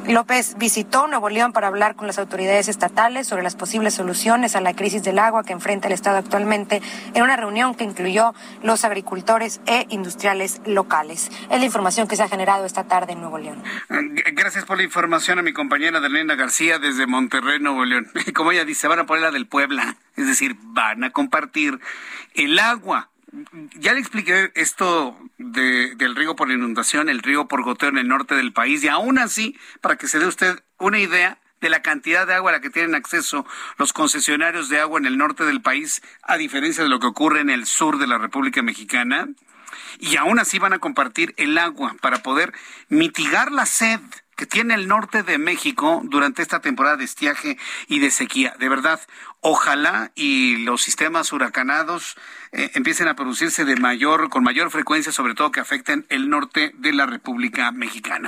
López visitó Nuevo León para hablar con las autoridades estatales sobre las posibles soluciones a la crisis del agua que enfrenta el Estado actualmente en una reunión que incluyó los agricultores e industriales locales. Es la información que se ha generado esta tarde en Nuevo León. Gracias por la información a mi compañera Adelina García desde Monterrey, Nuevo León. Como ella dice, van a poner la del Puebla, es decir, van a compartir el agua. Ya le expliqué esto del riego por inundación, el riego por goteo en el norte del país, y aún así, para que se dé usted una idea de la cantidad de agua a la que tienen acceso los concesionarios de agua en el norte del país, a diferencia de lo que ocurre en el sur de la República Mexicana, y aún así van a compartir el agua para poder mitigar la sed que tiene el norte de México durante esta temporada de estiaje y de sequía. De verdad, ojalá y los sistemas huracanados empiecen a producirse con mayor frecuencia, sobre todo que afecten el norte de la República Mexicana.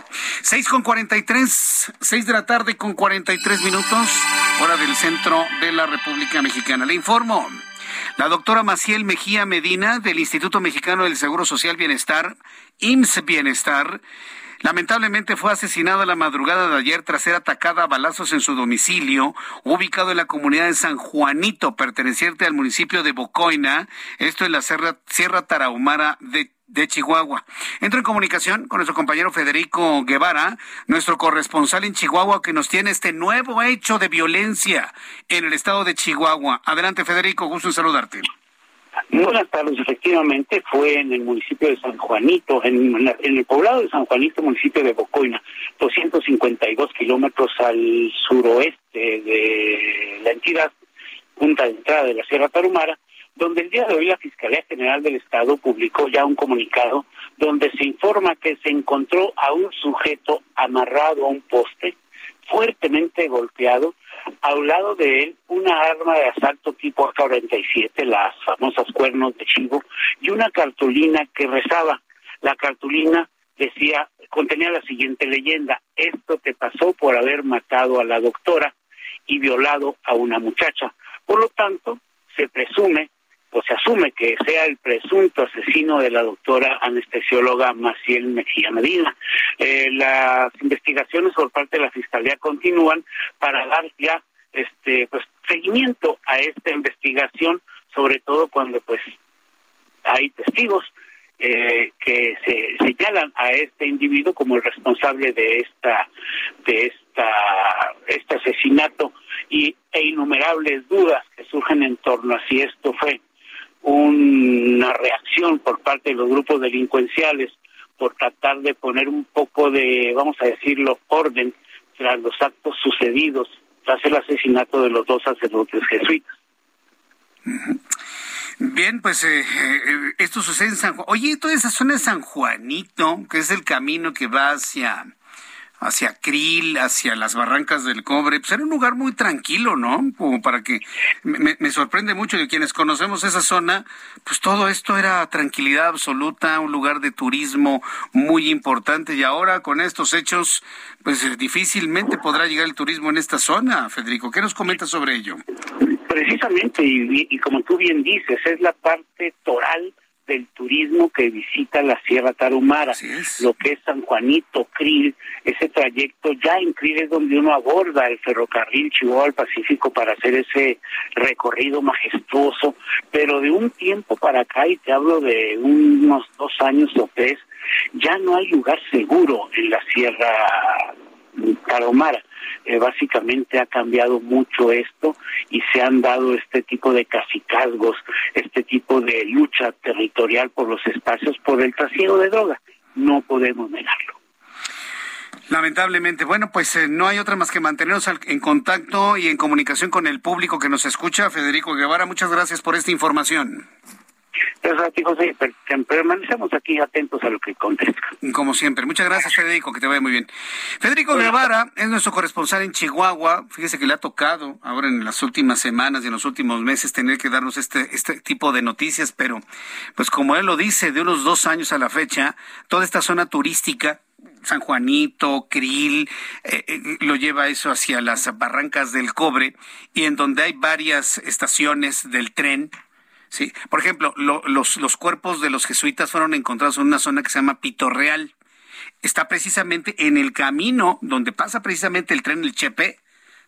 6 de la tarde con 43 minutos, hora del centro de la República Mexicana. Le informo. La doctora Maciel Mejía Medina, del Instituto Mexicano del Seguro Social Bienestar, IMSS Bienestar, lamentablemente fue asesinada la madrugada de ayer tras ser atacada a balazos en su domicilio, ubicado en la comunidad de San Juanito, perteneciente al municipio de Bocoina, esto en la Sierra Tarahumara de Chihuahua. Entro en comunicación con nuestro compañero Federico Guevara, nuestro corresponsal en Chihuahua, que nos tiene este nuevo hecho de violencia en el estado de Chihuahua. Adelante, Federico, gusto en saludarte. Buenas tardes, efectivamente fue en el municipio de San Juanito, en el poblado de San Juanito, municipio de Bocoina, 252 kilómetros al suroeste de la entidad, punta de entrada de la Sierra Tarahumara, donde el día de hoy la Fiscalía General del Estado publicó ya un comunicado donde se informa que se encontró a un sujeto amarrado a un poste, fuertemente golpeado, a un lado de él una arma de asalto tipo AK-47, las famosas cuernos de chivo, y una cartulina que rezaba. La cartulina contenía la siguiente leyenda: esto te pasó por haber matado a la doctora y violado a una muchacha. Por lo tanto, se asume que sea el presunto asesino de la doctora anestesióloga Maciel Mejía Medina. Las investigaciones por parte de la Fiscalía continúan para dar ya seguimiento a esta investigación, sobre todo cuando hay testigos que se señalan a este individuo como el responsable de este asesinato e innumerables dudas que surgen en torno a si esto fue una reacción por parte de los grupos delincuenciales por tratar de poner un poco de, vamos a decirlo, orden tras los actos sucedidos tras el asesinato de los dos sacerdotes jesuitas. Bien, pues esto sucede en San Juan. Oye, toda esa zona de San Juanito, que es el camino que va hacia Krill, hacia las Barrancas del Cobre, pues era un lugar muy tranquilo, ¿no? Como para que me sorprende mucho de quienes conocemos esa zona, pues todo esto era tranquilidad absoluta, un lugar de turismo muy importante, y ahora con estos hechos, pues difícilmente podrá llegar el turismo en esta zona. Federico, ¿qué nos comentas sobre ello? Precisamente, y como tú bien dices, es la parte toral del turismo que visita la Sierra Tarahumara, lo que es San Juanito, Krill, ese trayecto ya en Krill es donde uno aborda el ferrocarril Chihuahua al Pacífico para hacer ese recorrido majestuoso, pero de un tiempo para acá, y te hablo de unos 2 años o 3, ya no hay lugar seguro en la Sierra Tarahumara. Básicamente ha cambiado mucho esto y se han dado este tipo de cacicazgos, este tipo de lucha territorial por los espacios, por el trasiego de droga. No podemos negarlo. Lamentablemente. Bueno, pues no hay otra más que mantenernos en contacto y en comunicación con el público que nos escucha. Federico Guevara, muchas gracias por esta información. Gracias a ti, José. Permanecemos aquí atentos a lo que contesta. Como siempre. Muchas gracias, Federico, que te vaya muy bien. Federico Guevara es nuestro corresponsal en Chihuahua. Fíjese que le ha tocado ahora en las últimas semanas y en los últimos meses tener que darnos este tipo de noticias, pero pues como él lo dice, de unos 2 años a la fecha, toda esta zona turística, San Juanito, Krill, lo lleva eso hacia las Barrancas del Cobre, y en donde hay varias estaciones del tren. Sí, por ejemplo, los cuerpos de los jesuitas fueron encontrados en una zona que se llama Pito Real. está precisamente en el camino donde pasa precisamente el tren El Chepe,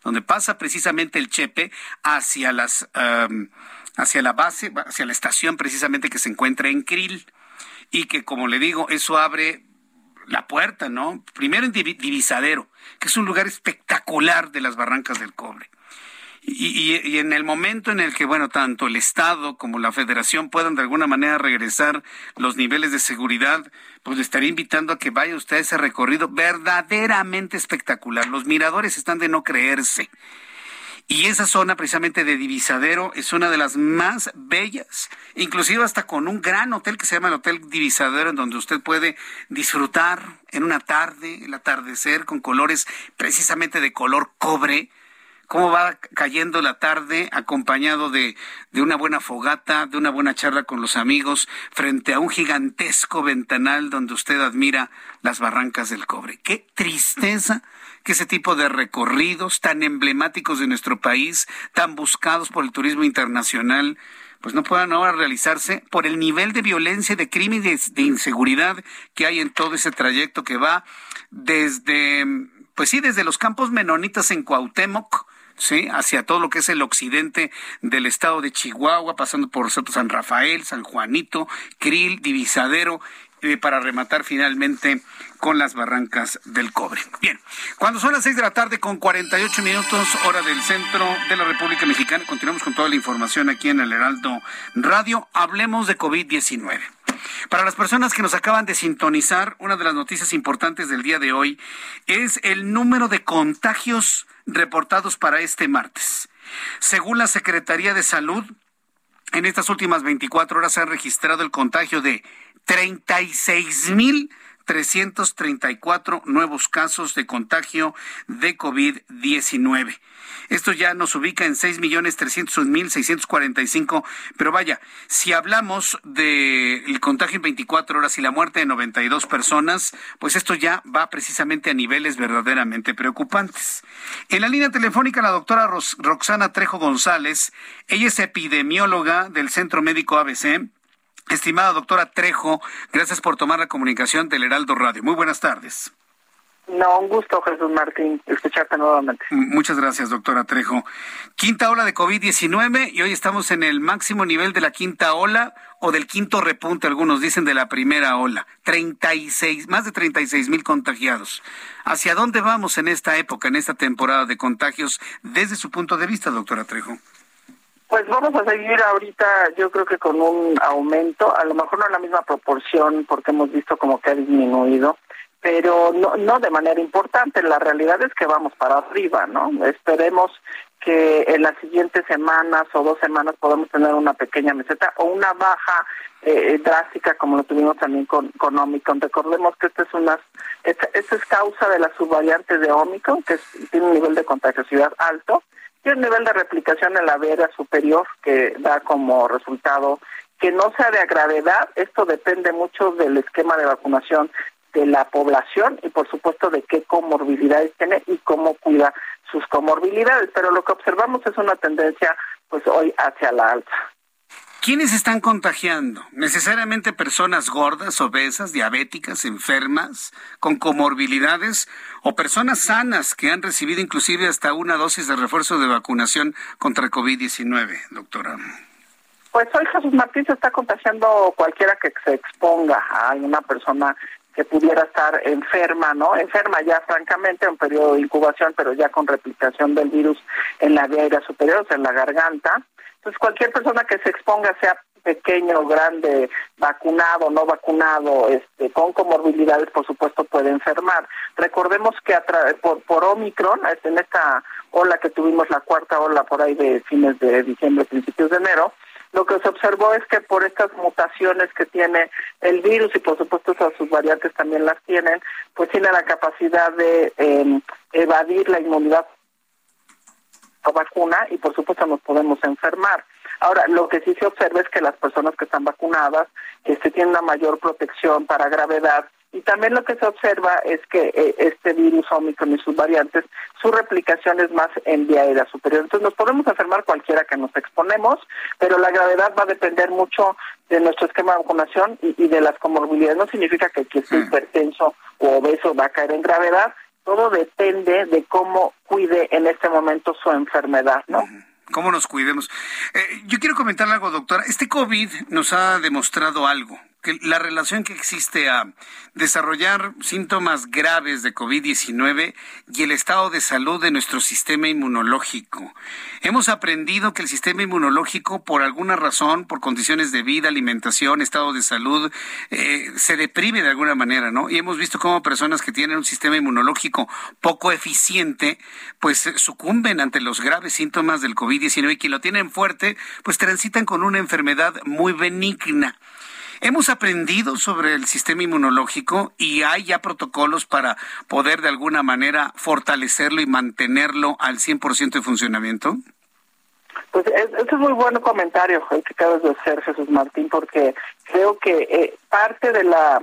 hacia hacia la base, hacia la estación precisamente que se encuentra en Krill, y que, como le digo, eso abre la puerta, ¿no? Primero en Divisadero, que es un lugar espectacular de las Barrancas del Cobre. Y en el momento en el que, bueno, tanto el Estado como la Federación puedan de alguna manera regresar los niveles de seguridad, pues le estaría invitando a que vaya usted a ese recorrido verdaderamente espectacular. Los miradores están de no creerse. Y esa zona precisamente de Divisadero es una de las más bellas, inclusive hasta con un gran hotel que se llama el Hotel Divisadero, en donde usted puede disfrutar en una tarde, el atardecer con colores precisamente de color cobre, cómo va cayendo la tarde acompañado de una buena fogata, de una buena charla con los amigos, frente a un gigantesco ventanal donde usted admira las Barrancas del Cobre. ¡Qué tristeza que ese tipo de recorridos tan emblemáticos de nuestro país, tan buscados por el turismo internacional, pues no puedan ahora realizarse por el nivel de violencia, de crimen y de inseguridad que hay en todo ese trayecto que va desde los campos menonitas en Cuauhtémoc, sí, hacia todo lo que es el occidente del estado de Chihuahua, pasando por San Rafael, San Juanito, Krill, Divisadero, para rematar finalmente con las Barrancas del Cobre. Bien, cuando son las 6:48 hora del centro de la República Mexicana, continuamos con toda la información aquí en el Heraldo Radio. Hablemos de COVID-19. Para las personas que nos acaban de sintonizar, una de las noticias importantes del día de hoy es el número de contagios reportados para este martes. Según la Secretaría de Salud, en estas últimas 24 horas se ha registrado el contagio de 36,334 nuevos casos de contagio de COVID-19. Esto ya nos ubica en 6,301,645. Pero vaya, si hablamos del contagio en 24 horas y la muerte de 92 personas, pues esto ya va precisamente a niveles verdaderamente preocupantes. En la línea telefónica, la doctora Roxana Trejo González. Ella es epidemióloga del Centro Médico ABC. Estimada doctora Trejo, gracias por tomar la comunicación del Heraldo Radio. Muy buenas tardes. No, un gusto, Jesús Martín, escucharte nuevamente. Muchas gracias, doctora Trejo. Quinta ola de COVID-19 y hoy estamos en el máximo nivel de la quinta ola o del quinto repunte, algunos dicen de la primera ola. Más de 36,000 contagiados. ¿Hacia dónde vamos en esta época, en esta temporada de contagios, desde su punto de vista, doctora Trejo? Pues vamos a seguir ahorita, yo creo que con un aumento, a lo mejor no en la misma proporción, porque hemos visto como que ha disminuido, pero no de manera importante. La realidad es que vamos para arriba, ¿no? Esperemos que en las siguientes semanas o 2 semanas podamos tener una pequeña meseta o una baja drástica, como lo tuvimos también con Omicron. Recordemos que esta es causa de la subvariante de Omicron, que tiene un nivel de contagiosidad alto, y un nivel de replicación en la vera superior que da como resultado que no sea de gravedad. Esto depende mucho del esquema de vacunación de la población y por supuesto de qué comorbilidades tiene y cómo cuida sus comorbilidades, pero lo que observamos es una tendencia pues hoy hacia la alza. ¿Quiénes están contagiando? ¿Necesariamente personas gordas, obesas, diabéticas, enfermas, con comorbilidades, o personas sanas que han recibido inclusive hasta una dosis de refuerzo de vacunación contra el COVID-19, doctora? Pues hoy, Jesús Martín, se está contagiando cualquiera que se exponga a una persona que pudiera estar enferma, ¿no? Enferma ya, francamente, en periodo de incubación, pero ya con replicación del virus en la vía aérea superior, o sea, en la garganta. Entonces, cualquier persona que se exponga, sea pequeño, grande, vacunado, no vacunado, con comorbilidades, por supuesto, puede enfermar. Recordemos que por Omicron, en esta ola que tuvimos, la cuarta ola por ahí de fines de diciembre, principios de enero, lo que se observó es que por estas mutaciones que tiene el virus y por supuesto sus variantes también las tienen, pues tiene la capacidad de evadir la inmunidad o vacuna y por supuesto nos podemos enfermar. Ahora, lo que sí se observa es que las personas que están vacunadas tienen una mayor protección para gravedad, y también lo que se observa es que este virus Omicron y sus variantes, su replicación es más en vía aérea superior. Entonces nos podemos enfermar cualquiera que nos exponemos, pero la gravedad va a depender mucho de nuestro esquema de vacunación y de las comorbilidades. No significa que esté hipertenso o va a caer en gravedad. Todo depende de cómo cuide en este momento su enfermedad, ¿no? ¿Cómo nos cuidemos? Yo quiero comentarle algo, doctora. Este COVID nos ha demostrado algo, que la relación que existe a desarrollar síntomas graves de COVID-19 y el estado de salud de nuestro sistema inmunológico. Hemos aprendido que el sistema inmunológico, por alguna razón, por condiciones de vida, alimentación, estado de salud, se deprime de alguna manera, ¿no? Y hemos visto cómo personas que tienen un sistema inmunológico poco eficiente, pues sucumben ante los graves síntomas del COVID-19 y quien lo tienen fuerte, pues transitan con una enfermedad muy benigna. Hemos aprendido sobre el sistema inmunológico y hay ya protocolos para poder de alguna manera fortalecerlo y mantenerlo al 100% de funcionamiento. Pues es muy buen comentario el que acabas de hacer, Jesús Martín, porque creo que parte de la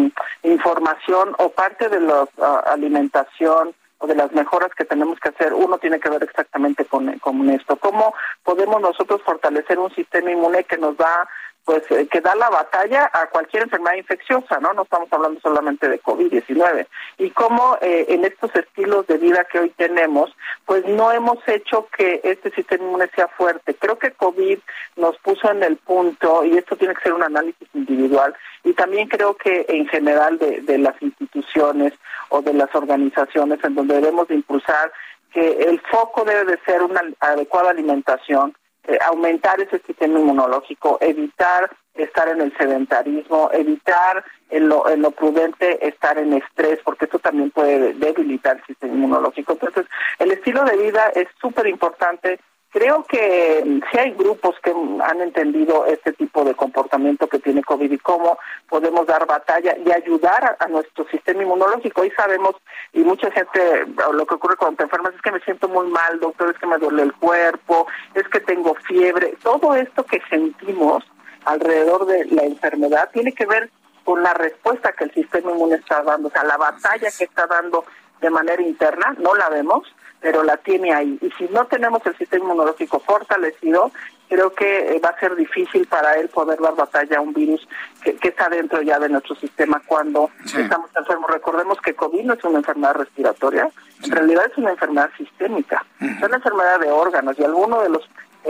información o parte de la alimentación o de las mejoras que tenemos que hacer, uno tiene que ver exactamente con esto. ¿Cómo podemos nosotros fortalecer un sistema inmune que nos da, pues, que da la batalla a cualquier enfermedad infecciosa, ¿no? No estamos hablando solamente de COVID-19. Y cómo en estos estilos de vida que hoy tenemos, pues no hemos hecho que este sistema inmune sea fuerte. Creo que COVID nos puso en el punto, y esto tiene que ser un análisis individual, y también creo que en general de las instituciones o de las organizaciones en donde debemos de impulsar que el foco debe de ser una adecuada alimentación, aumentar ese sistema inmunológico, evitar estar en el sedentarismo, evitar en lo prudente estar en estrés, porque esto también puede debilitar el sistema inmunológico. Entonces, el estilo de vida es súper importante. Creo que sí hay grupos que han entendido este tipo de comportamiento que tiene COVID y cómo podemos dar batalla y ayudar a nuestro sistema inmunológico. Hoy sabemos, y mucha gente, lo que ocurre cuando te enfermas es que me siento muy mal, doctor, es que me duele el cuerpo, es que tengo fiebre. Todo esto que sentimos alrededor de la enfermedad tiene que ver con la respuesta que el sistema inmune está dando, o sea, la batalla que está dando de manera interna, no la vemos, pero la tiene ahí. Y si no tenemos el sistema inmunológico fortalecido, creo que va a ser difícil para él poder dar batalla a un virus que está dentro ya de nuestro sistema cuando estamos enfermos. Recordemos que COVID no es una enfermedad respiratoria, en realidad es una enfermedad sistémica, es una enfermedad de órganos, y algunos de los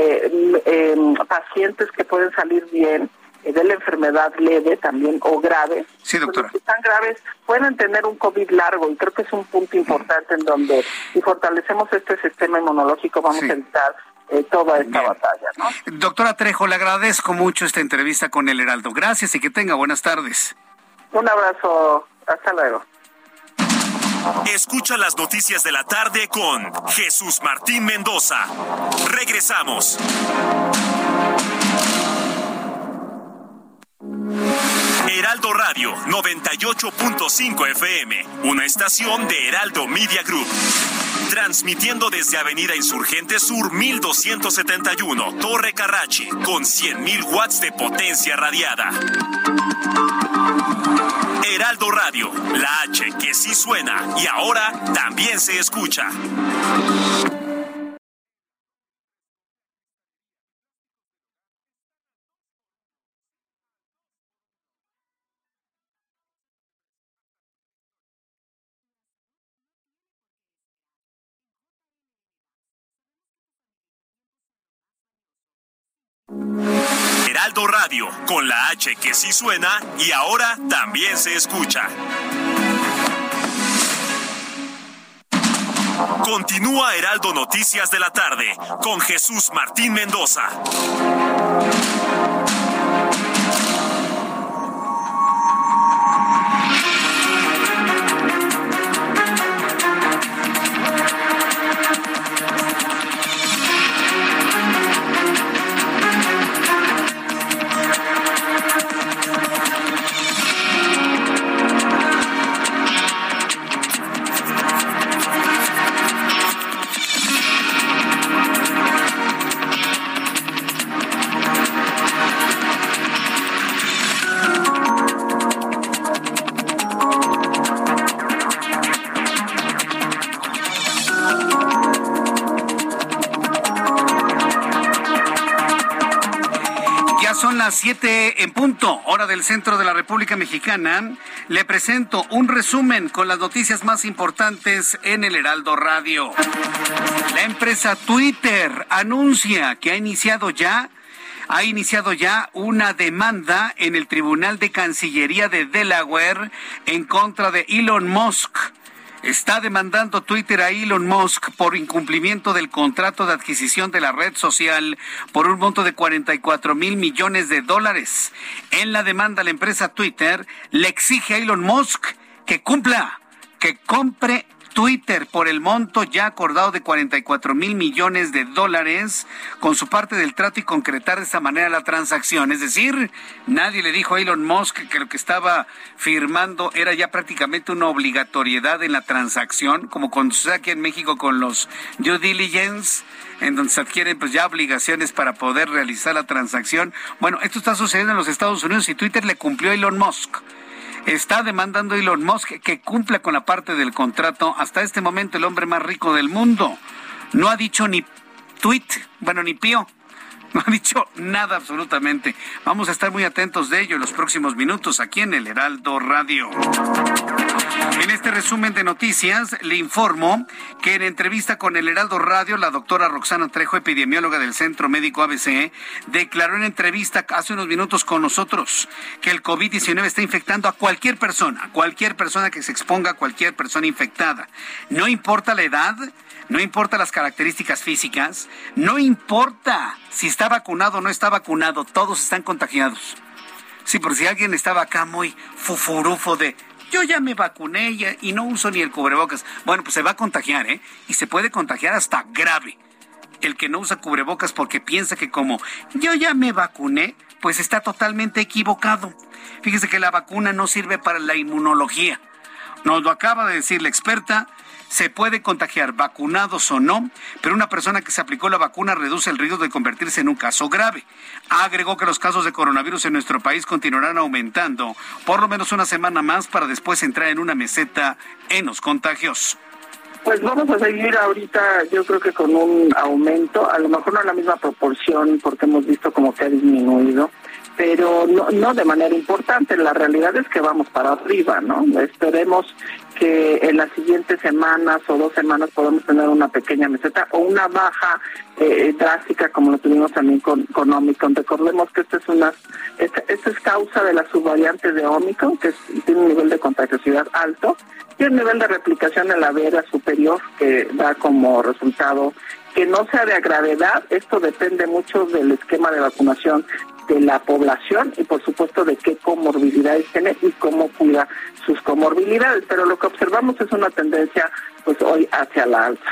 pacientes que pueden salir bien de la enfermedad leve también o grave, sí, doctora, pues, tan graves pueden tener un COVID largo, y creo que es un punto importante en donde si fortalecemos este sistema inmunológico vamos a evitar toda esta batalla, ¿no? Doctora Trejo, le agradezco mucho esta entrevista con El Heraldo. Gracias y que tenga buenas tardes. Un abrazo, hasta luego. Escucha las noticias de la tarde con Jesús Martín Mendoza. Regresamos. Heraldo Radio 98.5 FM, una estación de Heraldo Media Group. Transmitiendo desde Avenida Insurgente Sur 1271, Torre Carrachi, con 100.000 watts de potencia radiada. Heraldo Radio, la H que sí suena y ahora también se escucha. Heraldo Radio, con la H que sí suena y ahora también se escucha. Continúa Heraldo Noticias de la tarde con Jesús Martín Mendoza. Son las 7 en punto, hora del centro de la República Mexicana. le presento un resumen con las noticias más importantes en el Heraldo Radio. La empresa Twitter anuncia que ha iniciado ya una demanda en el Tribunal de Cancillería de Delaware en contra de Elon Musk. Está demandando Twitter a Elon Musk por incumplimiento del contrato de adquisición de la red social por un monto de $44 mil millones. En la demanda, la empresa Twitter le exige a Elon Musk que compre Twitter por el monto ya acordado de $44 mil millones con su parte del trato y concretar de esa manera la transacción. Es decir, nadie le dijo a Elon Musk que lo que estaba firmando era ya prácticamente una obligatoriedad en la transacción, como cuando se da aquí en México con los due diligence, en donde se adquieren pues ya obligaciones para poder realizar la transacción. Bueno, esto está sucediendo en los Estados Unidos y Twitter le cumplió a Elon Musk. Está demandando a Elon Musk que cumpla con la parte del contrato. Hasta este momento el hombre más rico del mundo no ha dicho ni ni pío. No ha dicho nada absolutamente. Vamos a estar muy atentos de ello en los próximos minutos aquí en el Heraldo Radio. En este resumen de noticias le informo que en entrevista con el Heraldo Radio, la doctora Roxana Trejo, epidemióloga del Centro Médico ABC, declaró en entrevista hace unos minutos con nosotros que el COVID-19 está infectando a cualquier persona que se exponga, a cualquier persona infectada. No importa la edad, no importa las características físicas, no importa si está vacunado o no está vacunado, todos están contagiados. Sí, por si alguien estaba acá muy fufurufo de yo ya me vacuné y no uso ni el cubrebocas. Bueno, pues se va a contagiar, y se puede contagiar hasta grave. El que no usa cubrebocas porque piensa que como yo ya me vacuné, pues está totalmente equivocado. Fíjese que la vacuna no sirve para la inmunología. Nos lo acaba de decir la experta. Se puede contagiar vacunados o no, pero una persona que se aplicó la vacuna reduce el riesgo de convertirse en un caso grave. Agregó que los casos de coronavirus en nuestro país continuarán aumentando por lo menos una semana más para después entrar en una meseta en los contagios. Pues vamos a seguir ahorita, yo creo que con un aumento, a lo mejor no en la misma proporción, porque hemos visto como que ha disminuido, pero no de manera importante. La realidad es que vamos para arriba, ¿no? Esperemos que en las siguientes semanas o 2 semanas podamos tener una pequeña meseta o una baja drástica como lo tuvimos también con Omicron. Recordemos que esta es causa de la subvariante de Omicron, que tiene un nivel de contagiosidad alto y un nivel de replicación en la vera superior que da como resultado que no sea de gravedad. Esto depende mucho del esquema de vacunación de la población y por supuesto de qué comorbilidades tiene y cómo cuida sus comorbilidades, pero lo que observamos es una tendencia pues hoy hacia la alza.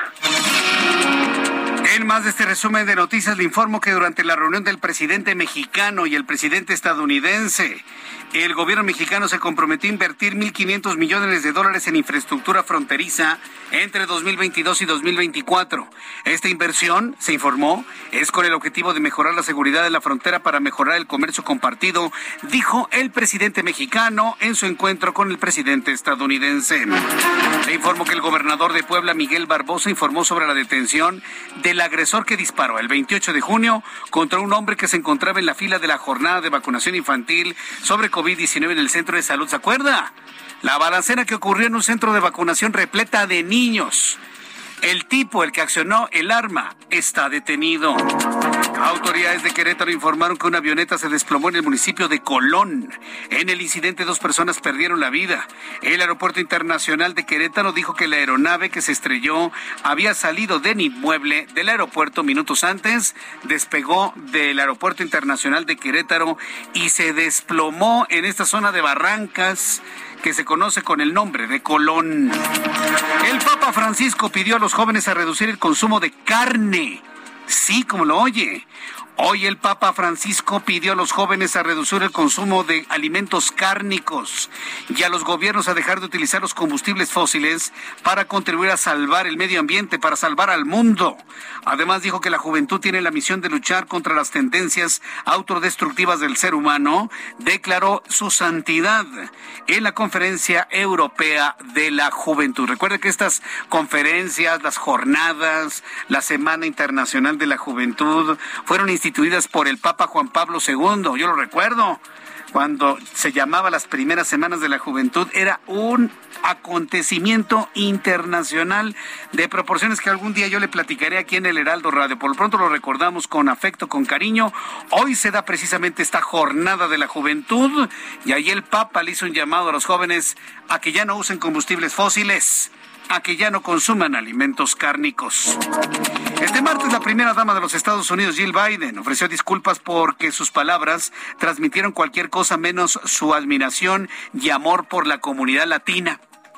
En más de este resumen de noticias le informo que durante la reunión del presidente mexicano y el presidente estadounidense, el gobierno mexicano se comprometió a invertir $1,500 millones en infraestructura fronteriza entre 2022 y 2024. Esta inversión, se informó, es con el objetivo de mejorar la seguridad de la frontera para mejorar el comercio compartido, dijo el presidente mexicano en su encuentro con el presidente estadounidense. Le informo que el gobernador de Puebla, Miguel Barbosa, informó sobre la detención del agresor que disparó el 28 de junio contra un hombre que se encontraba en la fila de la jornada de vacunación infantil sobre COVID-19 en el centro de salud. ¿Se acuerda? La balacera que ocurrió en un centro de vacunación repleta de niños. El tipo, el que accionó el arma, está detenido. Autoridades de Querétaro informaron que una avioneta se desplomó en el municipio de Colón. En el incidente, 2 personas perdieron la vida. El Aeropuerto Internacional de Querétaro dijo que la aeronave que se estrelló había salido del inmueble del aeropuerto minutos antes, despegó del Aeropuerto Internacional de Querétaro y se desplomó en esta zona de Barrancas, que se conoce con el nombre de Colón. El Papa Francisco pidió a los jóvenes a reducir el consumo de carne. Sí, como lo oye. Hoy el Papa Francisco pidió a los jóvenes a reducir el consumo de alimentos cárnicos y a los gobiernos a dejar de utilizar los combustibles fósiles para contribuir a salvar el medio ambiente, para salvar al mundo. Además dijo que la juventud tiene la misión de luchar contra las tendencias autodestructivas del ser humano. Declaró su santidad en la Conferencia Europea de la Juventud. Recuerde que estas conferencias, las jornadas, la Semana Internacional de la Juventud, fueron instituidas por el Papa Juan Pablo II, yo lo recuerdo. cuando se llamaba las primeras semanas de la juventud, era un acontecimiento internacional de proporciones que algún día yo le platicaré aquí en el Heraldo Radio. Por lo pronto lo recordamos con afecto, con cariño. Hoy se da precisamente esta jornada de la juventud y ahí el Papa le hizo un llamado a los jóvenes a que ya no usen combustibles fósiles, a que ya no consuman alimentos cárnicos. Este martes, la primera dama de los Estados Unidos, Jill Biden, ofreció disculpas porque sus palabras transmitieron cualquier cosa menos su admiración y amor por la comunidad latina.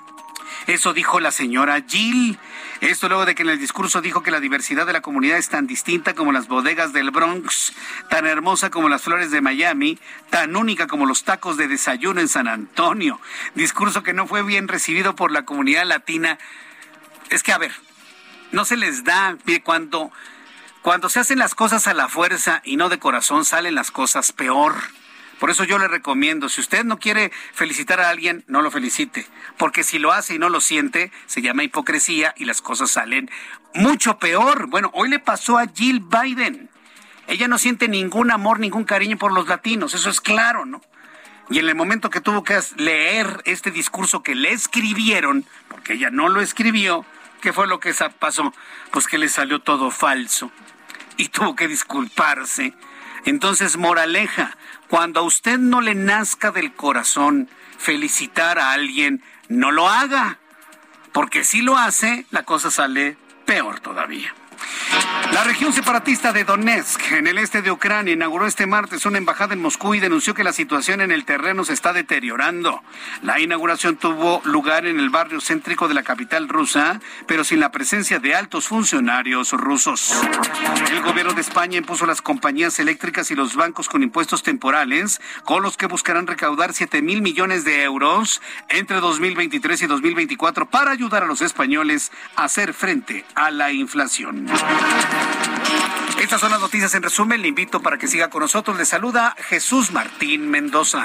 Eso dijo la señora Jill. Esto luego de que en el discurso dijo que la diversidad de la comunidad es tan distinta como las bodegas del Bronx, tan hermosa como las flores de Miami, tan única como los tacos de desayuno en San Antonio. Discurso que no fue bien recibido por la comunidad latina. Es que, a ver, no se les da, cuando se hacen las cosas a la fuerza y no de corazón, salen las cosas peor. Por eso yo le recomiendo, si usted no quiere felicitar a alguien, no lo felicite. Porque si lo hace y no lo siente, se llama hipocresía y las cosas salen mucho peor. Bueno, hoy le pasó a Jill Biden. Ella no siente ningún amor, ningún cariño por los latinos, eso es claro, ¿no? Y en el momento que tuvo que leer este discurso que le escribieron, porque ella no lo escribió, ¿qué fue lo que pasó? Pues que le salió todo falso y tuvo que disculparse. Entonces, moraleja, cuando a usted no le nazca del corazón felicitar a alguien, no lo haga, porque si lo hace, la cosa sale peor todavía. La región separatista de Donetsk, en el este de Ucrania, inauguró este martes una embajada en Moscú y denunció que la situación en el terreno se está deteriorando. La inauguración tuvo lugar en el barrio céntrico de la capital rusa, pero sin la presencia de altos funcionarios rusos. El gobierno de España impuso a las compañías eléctricas y los bancos con impuestos temporales, con los que buscarán recaudar 7,000 millones de euros entre 2023 y 2024 para ayudar a los españoles a hacer frente a la inflación. Estas son las noticias en resumen. Le invito para que siga con nosotros. Le saluda Jesús Martín Mendoza.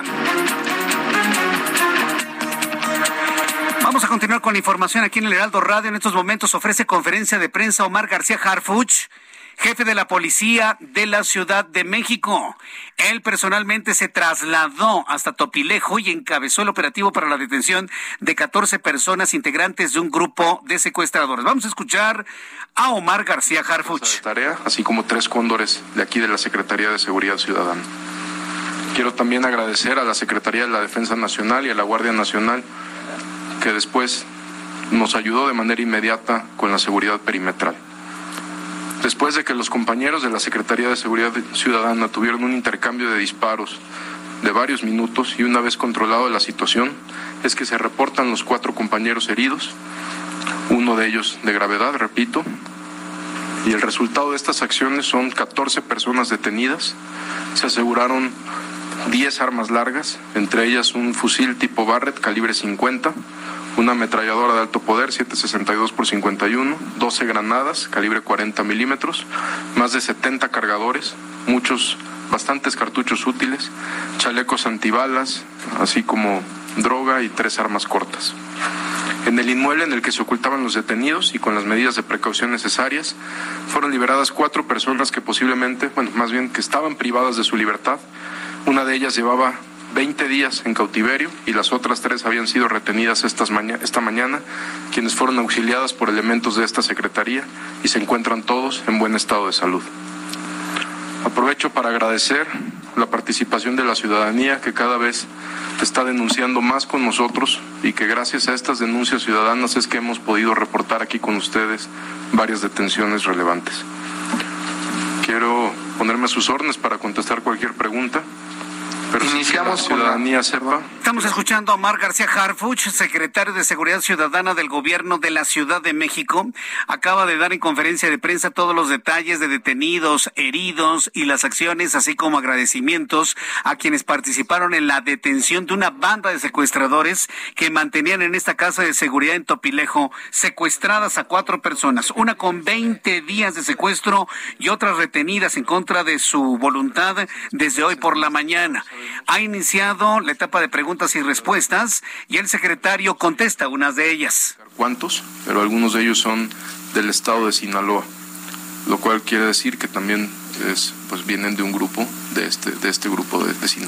Vamos a continuar con la información aquí en el Heraldo Radio. En estos momentos ofrece conferencia de prensa Omar García Harfuch, jefe de la policía de la Ciudad de México. Él personalmente se trasladó hasta Topilejo y encabezó el operativo para la detención de 14 personas integrantes de un grupo de secuestradores. Vamos a escuchar a Omar García Harfuch. Tarea, así como 3 cóndores de aquí de la Secretaría de Seguridad Ciudadana. Quiero también agradecer a la Secretaría de la Defensa Nacional y a la Guardia Nacional, que después nos ayudó de manera inmediata con la seguridad perimetral. Después de que los compañeros de la Secretaría de Seguridad Ciudadana tuvieron un intercambio de disparos de varios minutos y una vez controlado la situación, es que se reportan los 4 compañeros heridos, uno de ellos de gravedad, repito, y el resultado de estas acciones son 14 personas detenidas. Se aseguraron 10 armas largas, entre ellas un fusil tipo Barrett calibre 50, una ametralladora de alto poder 7.62x51, 12 granadas calibre 40 milímetros, más de 70 cargadores, bastantes cartuchos útiles, chalecos antibalas, así como droga y 3 armas cortas. En el inmueble en el que se ocultaban los detenidos y con las medidas de precaución necesarias, fueron liberadas 4 personas que que estaban privadas de su libertad. Una de ellas llevaba 20 días en cautiverio y las otras 3 habían sido retenidas esta mañana, quienes fueron auxiliadas por elementos de esta Secretaría y se encuentran todos en buen estado de salud. Aprovecho para agradecer la participación de la ciudadanía, que cada vez está denunciando más con nosotros y que gracias a estas denuncias ciudadanas es que hemos podido reportar aquí con ustedes varias detenciones relevantes. Quiero ponerme a sus órdenes para contestar cualquier pregunta. Pero iniciamos sí, la ciudadanía sepa. Estamos escuchando a Omar García Harfuch, secretario de Seguridad Ciudadana del Gobierno de la Ciudad de México. Acaba de dar en conferencia de prensa todos los detalles de detenidos, heridos y las acciones, así como agradecimientos a quienes participaron en la detención de una banda de secuestradores que mantenían en esta casa de seguridad en Topilejo secuestradas a 4 personas, una con 20 días de secuestro y otras retenidas en contra de su voluntad desde hoy por la mañana. Ha iniciado la etapa de preguntas y respuestas y el secretario contesta unas de ellas. ¿Cuántos? Pero algunos de ellos son del estado de Sinaloa, lo cual quiere decir que también vienen de un grupo, de este grupo de Sinaloa.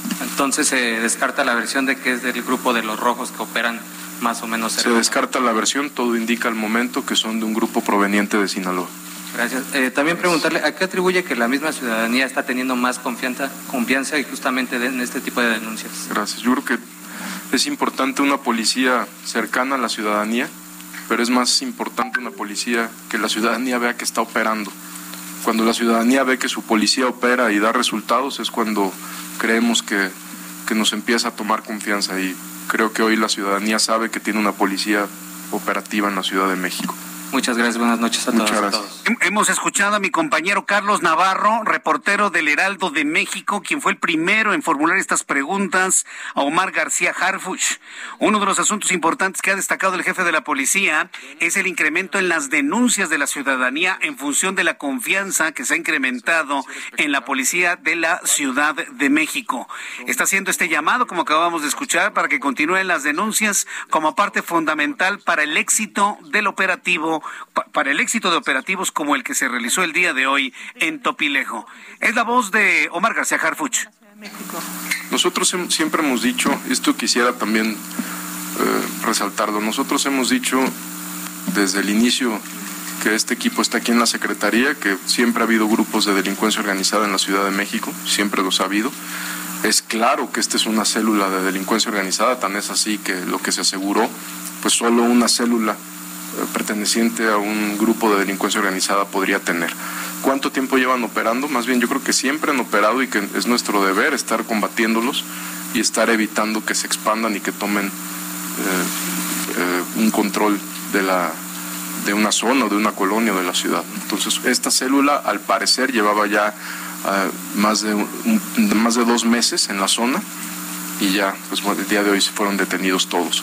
Entonces se descarta la versión de que es del grupo de los rojos que operan más o menos cerca. Se descarta la versión, todo indica al momento que son de un grupo proveniente de Sinaloa. Gracias. También preguntarle, ¿a qué atribuye que la misma ciudadanía está teniendo más confianza y justamente en este tipo de denuncias? Gracias. Yo creo que es importante una policía cercana a la ciudadanía, pero es más importante una policía que la ciudadanía vea que está operando. Cuando la ciudadanía ve que su policía opera y da resultados es cuando creemos que nos empieza a tomar confianza, y creo que hoy la ciudadanía sabe que tiene una policía operativa en la Ciudad de México. Muchas gracias, buenas noches a todos. Hemos escuchado a mi compañero Carlos Navarro, reportero del Heraldo de México, quien fue el primero en formular estas preguntas a Omar García Harfuch. Uno de los asuntos importantes que ha destacado el jefe de la policía es el incremento en las denuncias de la ciudadanía en función de la confianza que se ha incrementado en la policía de la Ciudad de México. Está haciendo este llamado, como acabamos de escuchar, para que continúen las denuncias como parte fundamental para el éxito del operativo, para el éxito de operativos como el que se realizó el día de hoy en Topilejo. Es la voz de Omar García Harfuch. Nosotros siempre hemos dicho, esto quisiera también resaltarlo, nosotros hemos dicho desde el inicio que este equipo está aquí en la Secretaría, que siempre ha habido grupos de delincuencia organizada en la Ciudad de México, siempre los ha habido. Es claro que esta es una célula de delincuencia organizada, tan es así que lo que se aseguró, pues solo una célula perteneciente a un grupo de delincuencia organizada podría tener. ¿Cuánto tiempo llevan operando? Más bien yo creo que siempre han operado y que es nuestro deber estar combatiéndolos y estar evitando que se expandan y que tomen un control de una zona, de una colonia o de la ciudad. Entonces esta célula al parecer llevaba ya más de 2 meses en la zona y ya pues, el día de hoy se fueron detenidos todos.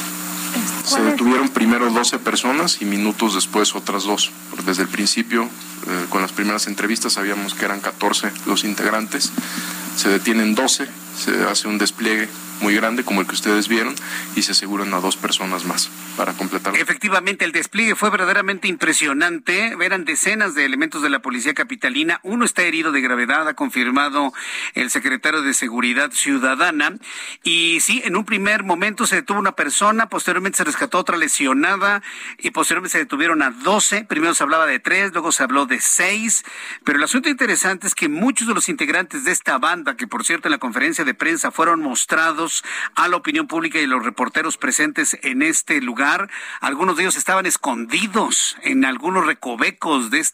Se detuvieron primero 12 personas y minutos después otras 2. Desde el principio, con las primeras entrevistas, sabíamos que eran 14 los integrantes. Se detienen 12, se hace un despliegue muy grande como el que ustedes vieron y se aseguran a 2 personas más para completar. Efectivamente, el despliegue fue verdaderamente impresionante. Eran decenas de elementos de la policía capitalina. Uno está herido de gravedad, ha confirmado el secretario de Seguridad Ciudadana. Y sí, en un primer momento se detuvo una persona, posteriormente se rescató otra lesionada y posteriormente se detuvieron a 12. Primero se hablaba de 3, luego se habló de 6. Pero el asunto interesante es que muchos de los integrantes de esta banda, que por cierto en la conferencia de prensa fueron mostrados a la opinión pública y los reporteros presentes en este lugar, algunos de ellos estaban escondidos en algunos recovecos de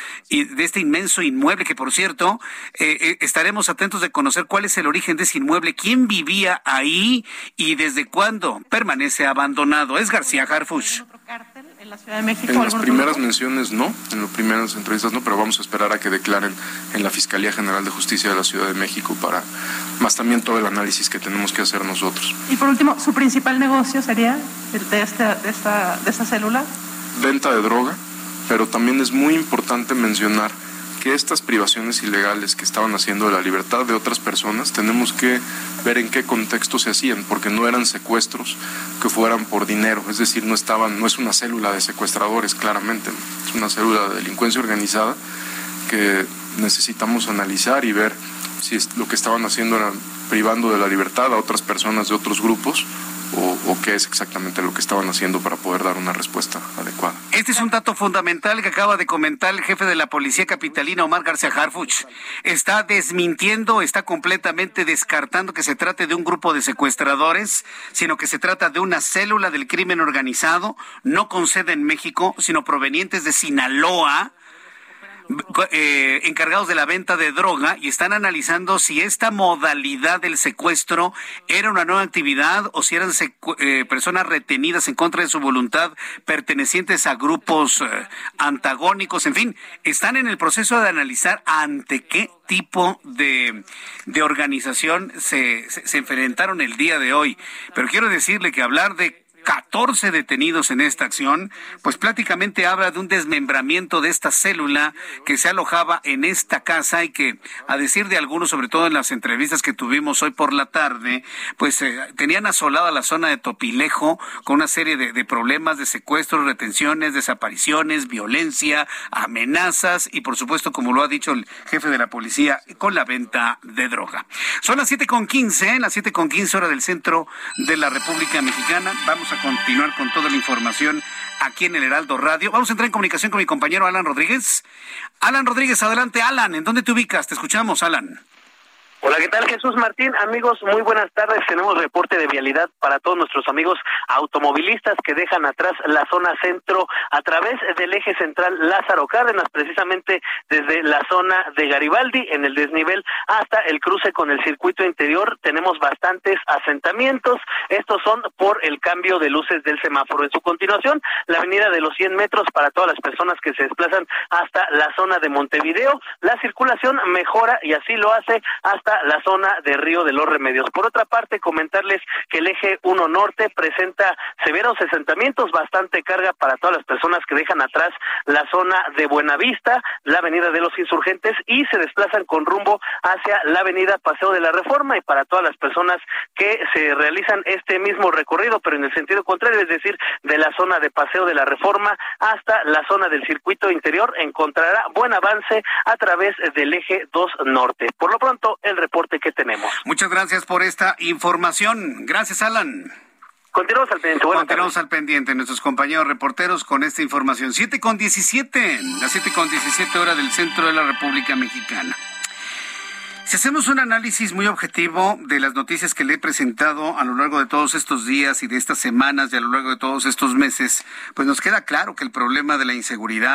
este inmenso inmueble, que por cierto estaremos atentos de conocer cuál es el origen de ese inmueble, quién vivía ahí y desde cuándo permanece abandonado. Es García Harfuch. ¿En la Ciudad de México? En las primeras menciones no, en las primeras entrevistas no, pero vamos a esperar a que declaren en la Fiscalía General de Justicia de la Ciudad de México para más también todo el análisis que tenemos que hacer nosotros. Y por último, ¿su principal negocio sería de esta célula? Venta de droga, pero también es muy importante mencionar que estas privaciones ilegales que estaban haciendo de la libertad de otras personas, tenemos que ver en qué contexto se hacían, porque no eran secuestros que fueran por dinero, es decir, no es una célula de secuestradores, claramente, es una célula de delincuencia organizada que necesitamos analizar y ver si lo que estaban haciendo era privando de la libertad a otras personas de otros grupos o qué es exactamente lo que estaban haciendo para poder dar una respuesta adecuada. Este es un dato fundamental que acaba de comentar el jefe de la policía capitalina, Omar García Harfuch. Está desmintiendo, está completamente descartando que se trate de un grupo de secuestradores, sino que se trata de una célula del crimen organizado, no con sede en México, sino provenientes de Sinaloa, encargados de la venta de droga, y están analizando si esta modalidad del secuestro era una nueva actividad o si eran personas retenidas en contra de su voluntad pertenecientes a grupos antagónicos. En fin, están en el proceso de analizar ante qué tipo de organización se enfrentaron el día de hoy. Pero quiero decirle que hablar de 14 detenidos en esta acción, pues prácticamente habla de un desmembramiento de esta célula que se alojaba en esta casa y que, a decir de algunos, sobre todo en las entrevistas que tuvimos hoy por la tarde, pues tenían asolada la zona de Topilejo con una serie de problemas de secuestros, retenciones, desapariciones, violencia, amenazas y, por supuesto, como lo ha dicho el jefe de la policía, con la venta de droga. Son las 7:15, las 7:15 hora del centro de la República Mexicana. Vamos a continuar con toda la información aquí en el Heraldo Radio. Vamos a entrar en comunicación con mi compañero Alan Rodríguez. Alan Rodríguez, adelante. Alan, ¿en dónde te ubicas? Te escuchamos, Alan. Hola, ¿qué tal, Jesús Martín? Amigos, muy buenas tardes. Tenemos reporte de vialidad para todos nuestros amigos automovilistas que dejan atrás la zona centro a través del eje central Lázaro Cárdenas, precisamente desde la zona de Garibaldi, en el desnivel hasta el cruce con el circuito interior. Tenemos bastantes asentamientos. Estos son por el cambio de luces del semáforo. En su continuación, la avenida de los 100 metros para todas las personas que se desplazan hasta la zona de Montevideo. La circulación mejora y así lo hace hasta la zona de Río de los Remedios. Por otra parte, comentarles que el eje 1 norte presenta severos asentamientos, bastante carga para todas las personas que dejan atrás la zona de Buenavista, la avenida de los Insurgentes y se desplazan con rumbo hacia la avenida Paseo de la Reforma, y para todas las personas que se realizan este mismo recorrido, pero en el sentido contrario, es decir, de la zona de Paseo de la Reforma hasta la zona del circuito interior, encontrará buen avance a través del eje 2 norte. Por lo pronto, el reporte que tenemos. Muchas gracias por esta información. Gracias, Alan. Continuamos al pendiente. Continuamos al pendiente, nuestros compañeros reporteros, con esta información. 7:17, las 7:17 hora del centro de la República Mexicana. Si hacemos un análisis muy objetivo de las noticias que le he presentado a lo largo de todos estos días y de estas semanas y a lo largo de todos estos meses, pues nos queda claro que el problema de la inseguridad,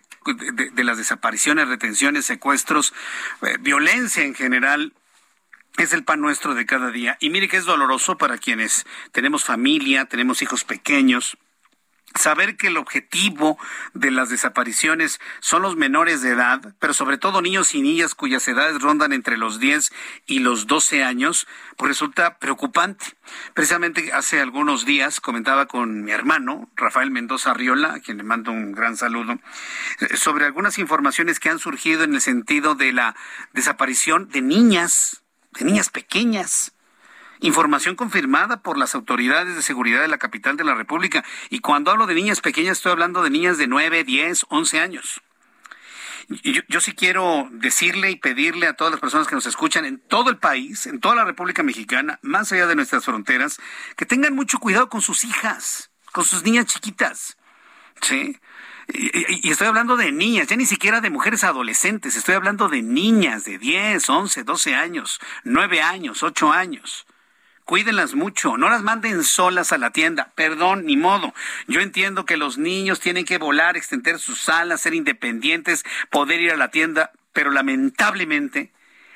de las desapariciones, retenciones, secuestros, violencia en general, es el pan nuestro de cada día. Y mire que es doloroso para quienes tenemos familia, tenemos hijos pequeños, saber que el objetivo de las desapariciones son los menores de edad, pero sobre todo niños y niñas cuyas edades rondan entre los 10 y los 12 años, pues resulta preocupante. Precisamente hace algunos días comentaba con mi hermano, Rafael Mendoza Arriola, a quien le mando un gran saludo, sobre algunas informaciones que han surgido en el sentido de la desaparición de niñas pequeñas. Información confirmada por las autoridades de seguridad de la capital de la República. Y cuando hablo de niñas pequeñas, estoy hablando de niñas de 9, 10, 11 años. Yo sí quiero decirle y pedirle a todas las personas que nos escuchan en todo el país, en toda la República Mexicana, más allá de nuestras fronteras, que tengan mucho cuidado con sus hijas, con sus niñas chiquitas, ¿sí? Y estoy hablando de niñas, ya ni siquiera de mujeres adolescentes, estoy hablando de niñas de 10, 11, 12 años, 9 años, 8 años. Cuídenlas mucho, no las manden solas a la tienda, perdón, ni modo. Yo entiendo que los niños tienen que volar, extender sus alas, ser independientes, poder ir a la tienda, pero lamentablemente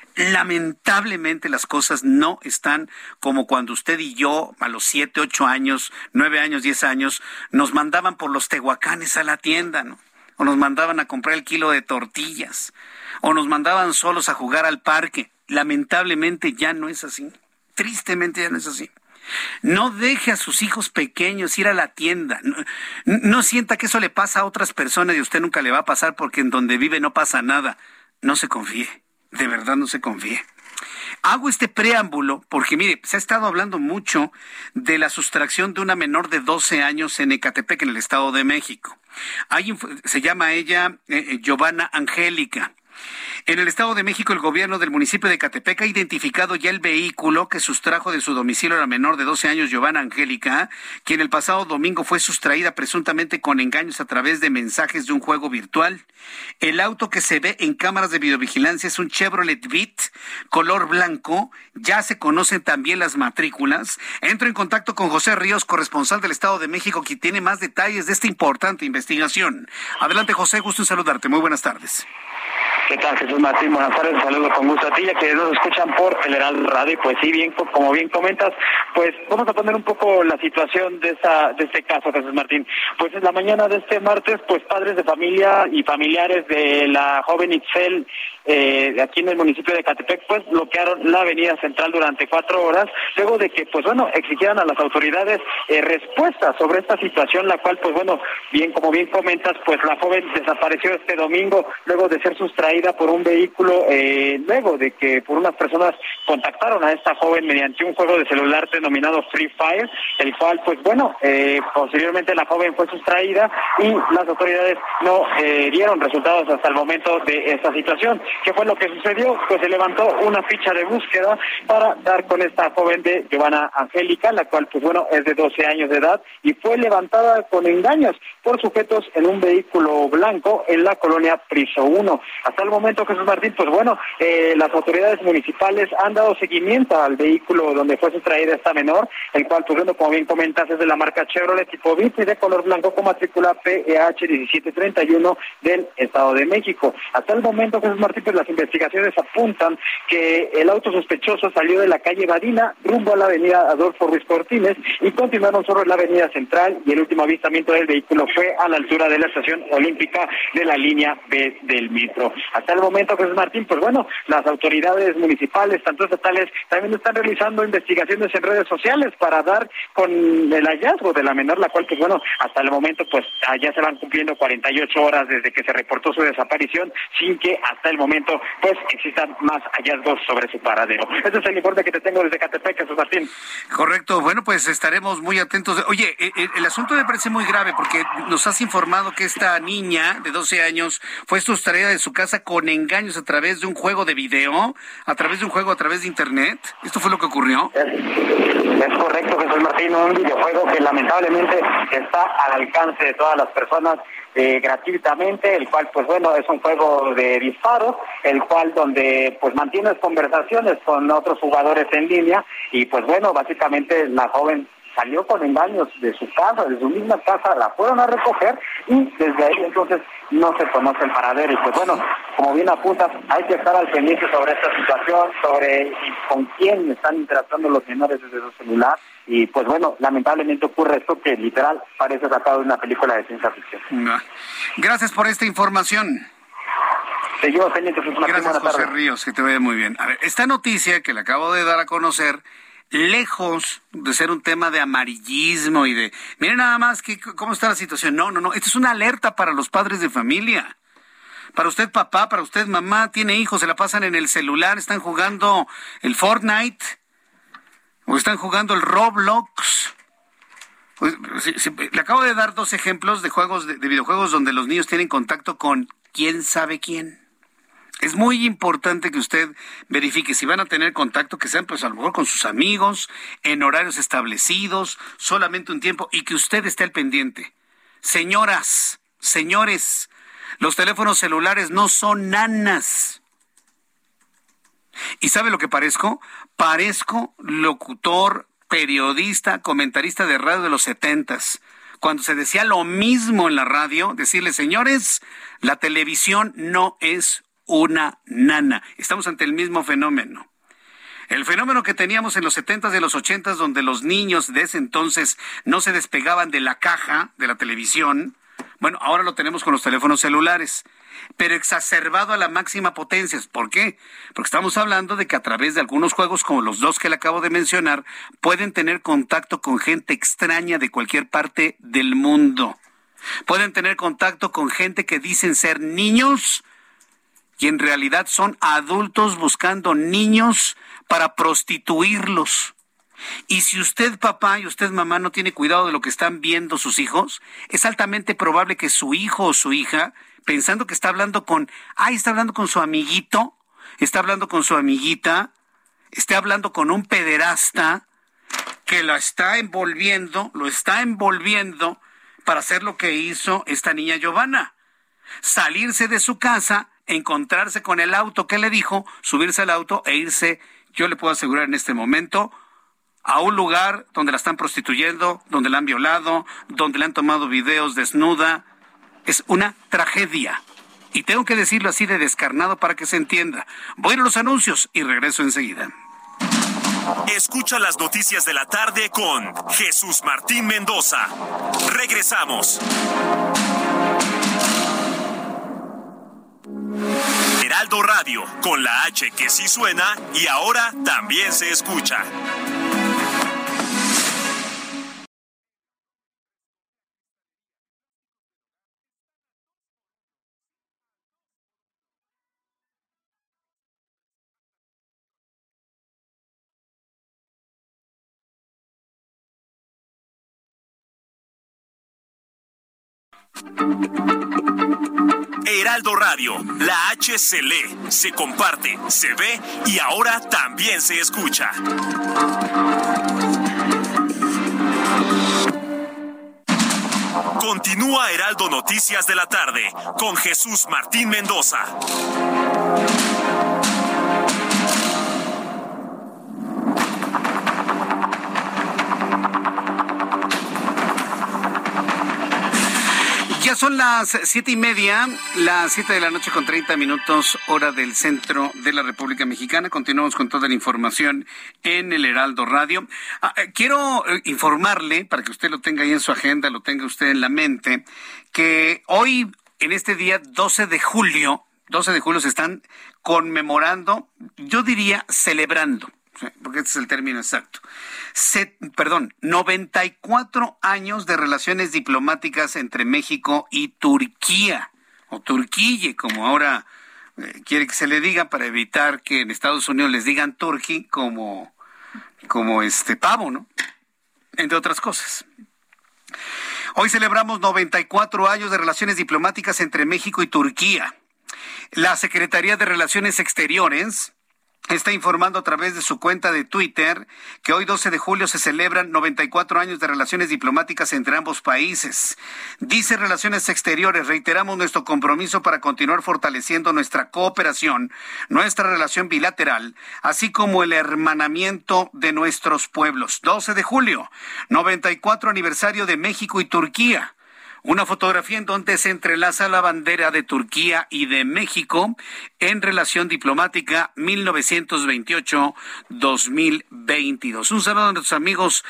las cosas no están como cuando usted y yo, a los 7, 8 años, 9 años, 10 años, nos mandaban por los tehuacanes a la tienda, ¿no? O nos mandaban a comprar el kilo de tortillas, o nos mandaban solos a jugar al parque. Lamentablemente ya no es así. Tristemente ya no es así. No deje a sus hijos pequeños ir a la tienda. No sienta que eso le pasa a otras personas y a usted nunca le va a pasar porque en donde vive no pasa nada. No se confíe. De verdad no se confíe. Hago este preámbulo porque, mire, se ha estado hablando mucho de la sustracción de una menor de 12 años en Ecatepec, en el Estado de México. Se llama ella Giovanna Angélica. En el Estado de México, el gobierno del municipio de Ecatepec ha identificado ya el vehículo que sustrajo de su domicilio a la menor de 12 años, Giovanna Angélica, quien el pasado domingo fue sustraída presuntamente con engaños a través de mensajes de un juego virtual. El auto que se ve en cámaras de videovigilancia es un Chevrolet Beat, color blanco. Ya se conocen también las matrículas. Entro en contacto con José Ríos, corresponsal del Estado de México, que tiene más detalles de esta importante investigación. Adelante, José, gusto en saludarte. Muy buenas tardes. ¿Qué tal, Jesús Martín? Buenas tardes, saludos con gusto a ti, ya que nos escuchan por el Heraldo Radio. Y pues sí, bien, como bien comentas, pues vamos a poner un poco la situación de este caso, Jesús Martín. Pues en la mañana de este martes, pues padres de familia y familiares de la joven Itzel, aquí en el municipio de Ecatepec, pues bloquearon la avenida central durante 4 horas, luego de que, pues bueno, exigieran a las autoridades respuestas sobre esta situación, la cual, pues bueno, como bien comentas, pues la joven desapareció este domingo, luego de ser sustraída por un vehículo, luego de que por unas personas contactaron a esta joven mediante un juego de celular denominado Free Fire, el cual, pues bueno, posteriormente la joven fue sustraída y las autoridades no dieron resultados hasta el momento de esta situación. ¿Qué fue lo que sucedió? Pues se levantó una ficha de búsqueda para dar con esta joven de Giovanna Angélica, la cual, pues bueno, es de 12 años de edad y fue levantada con engaños por sujetos en un vehículo blanco en la colonia Priso 1. Hasta el momento, Jesús Martín, pues bueno, las autoridades municipales han dado seguimiento al vehículo donde fue sustraída esta menor, el cual, pues bueno, como bien comentas, es de la marca Chevrolet tipo VIP y de color blanco con matrícula PEH 1731 del Estado de México. Hasta el momento, Jesús Martín, pues las investigaciones apuntan que el auto sospechoso salió de la calle Badina rumbo a la avenida Adolfo Ruiz Cortines y continuaron sobre la avenida Central, y el último avistamiento del vehículo fue a la altura de la estación olímpica de la línea B del metro. Hasta el momento, Jesús Martín, pues bueno, las autoridades municipales, tanto estatales, también están realizando investigaciones en redes sociales para dar con el hallazgo de la menor, la cual, pues bueno, hasta el momento, pues ya se van cumpliendo 48 horas desde que se reportó su desaparición, sin que hasta el momento, pues, existan más hallazgos sobre su paradero. Ese es el informe que te tengo desde Ecatepec, Jesús Martín. Correcto, bueno, pues estaremos muy atentos. Oye, el asunto me parece muy grave porque nos has informado que esta niña de 12 años fue sustraída de su casa con engaños a través de un juego de video, a través de internet. ¿Esto fue lo que ocurrió? Es correcto, Jesús Martín, un videojuego que lamentablemente está al alcance de todas las personas gratuitamente, el cual, pues bueno, es un juego de disparos, el cual donde pues mantienes conversaciones con otros jugadores en línea y pues bueno, básicamente la joven salió con engaños de su casa, de su misma casa, la fueron a recoger y desde ahí entonces no se conoce el paradero. Y pues bueno, como bien apuntas, hay que estar al pendiente sobre esta situación, sobre con quién están interactuando los menores desde su celular. Y pues bueno, lamentablemente ocurre esto que literal parece sacado de una película de ciencia ficción. Gracias por esta información. Seguimos pendientes. Gracias, José Ríos, que te vaya muy bien. A ver, esta noticia que le acabo de dar a conocer, lejos de ser un tema de amarillismo y de, miren nada más cómo está la situación. No. Esto es una alerta para los padres de familia. Para usted, papá, para usted, mamá, tiene hijos, se la pasan en el celular, están jugando el Fortnite o están jugando el Roblox. Pues, le acabo de dar 2 ejemplos de juegos, de videojuegos donde los niños tienen contacto con quién sabe quién. Es muy importante que usted verifique si van a tener contacto, que sean pues a lo mejor con sus amigos, en horarios establecidos, solamente un tiempo, y que usted esté al pendiente. Señoras, señores, los teléfonos celulares no son nanas. ¿Y sabe lo que parezco? Parezco locutor, periodista, comentarista de radio de los 70s. Cuando se decía lo mismo en la radio, decirle, señores, la televisión no es una nana. Estamos ante el mismo fenómeno. El fenómeno que teníamos en los 70s y los 80s, donde los niños de ese entonces no se despegaban de la caja de la televisión, bueno, ahora lo tenemos con los teléfonos celulares, pero exacerbado a la máxima potencia. ¿Por qué? Porque estamos hablando de que a través de algunos juegos, como los 2 que le acabo de mencionar, pueden tener contacto con gente extraña de cualquier parte del mundo. Pueden tener contacto con gente que dicen ser niños y en realidad son adultos buscando niños para prostituirlos. Y si usted, papá, y usted, mamá, no tiene cuidado de lo que están viendo sus hijos, es altamente probable que su hijo o su hija, pensando que está hablando con su amiguito, está hablando con su amiguita, esté hablando con un pederasta que lo está envolviendo para hacer lo que hizo esta niña Giovanna. Salirse de su casa, encontrarse con el auto que le dijo, subirse al auto e irse, yo le puedo asegurar en este momento, a un lugar donde la están prostituyendo, donde la han violado, donde le han tomado videos desnuda. Es una tragedia. Y tengo que decirlo así de descarnado para que se entienda. Voy a ir a los anuncios y regreso enseguida. Escucha las noticias de la tarde con Jesús Martín Mendoza. Regresamos. Heraldo Radio, con la H que sí suena y ahora también se escucha. Heraldo Radio, la H se lee, se comparte, se ve y ahora también se escucha. Continúa Heraldo Noticias de la tarde con Jesús Martín Mendoza. Ya son las 7:30, las 7 de la noche con 30 minutos, hora del centro de la República Mexicana. Continuamos con toda la información en el Heraldo Radio. Quiero informarle, para que usted lo tenga ahí en su agenda, lo tenga usted en la mente, que hoy, en este día 12 de julio se están conmemorando, yo diría celebrando, porque este es el término exacto. 94 años de relaciones diplomáticas entre México y Turquía, o Turquille, como ahora quiere que se le diga, para evitar que en Estados Unidos les digan turqui como pavo, ¿no? Entre otras cosas. Hoy celebramos 94 años de relaciones diplomáticas entre México y Turquía. La Secretaría de Relaciones Exteriores está informando a través de su cuenta de Twitter que hoy 12 de julio se celebran 94 años de relaciones diplomáticas entre ambos países. Dice Relaciones Exteriores: reiteramos nuestro compromiso para continuar fortaleciendo nuestra cooperación, nuestra relación bilateral, así como el hermanamiento de nuestros pueblos. 12 de julio, 94 aniversario de México y Turquía. Una fotografía en donde se entrelaza la bandera de Turquía y de México en relación diplomática 1928-2022. Un saludo a nuestros amigos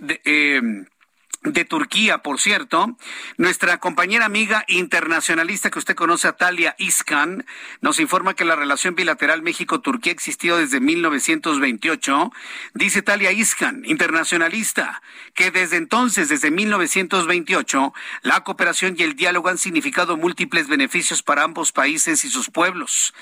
de Turquía, por cierto. Nuestra compañera amiga internacionalista que usted conoce, Atalia Iskan, nos informa que la relación bilateral México-Turquía ha existido desde 1928. Dice Atalia Iskan, internacionalista, que desde entonces, desde 1928, la cooperación y el diálogo han significado múltiples beneficios para ambos países y sus pueblos.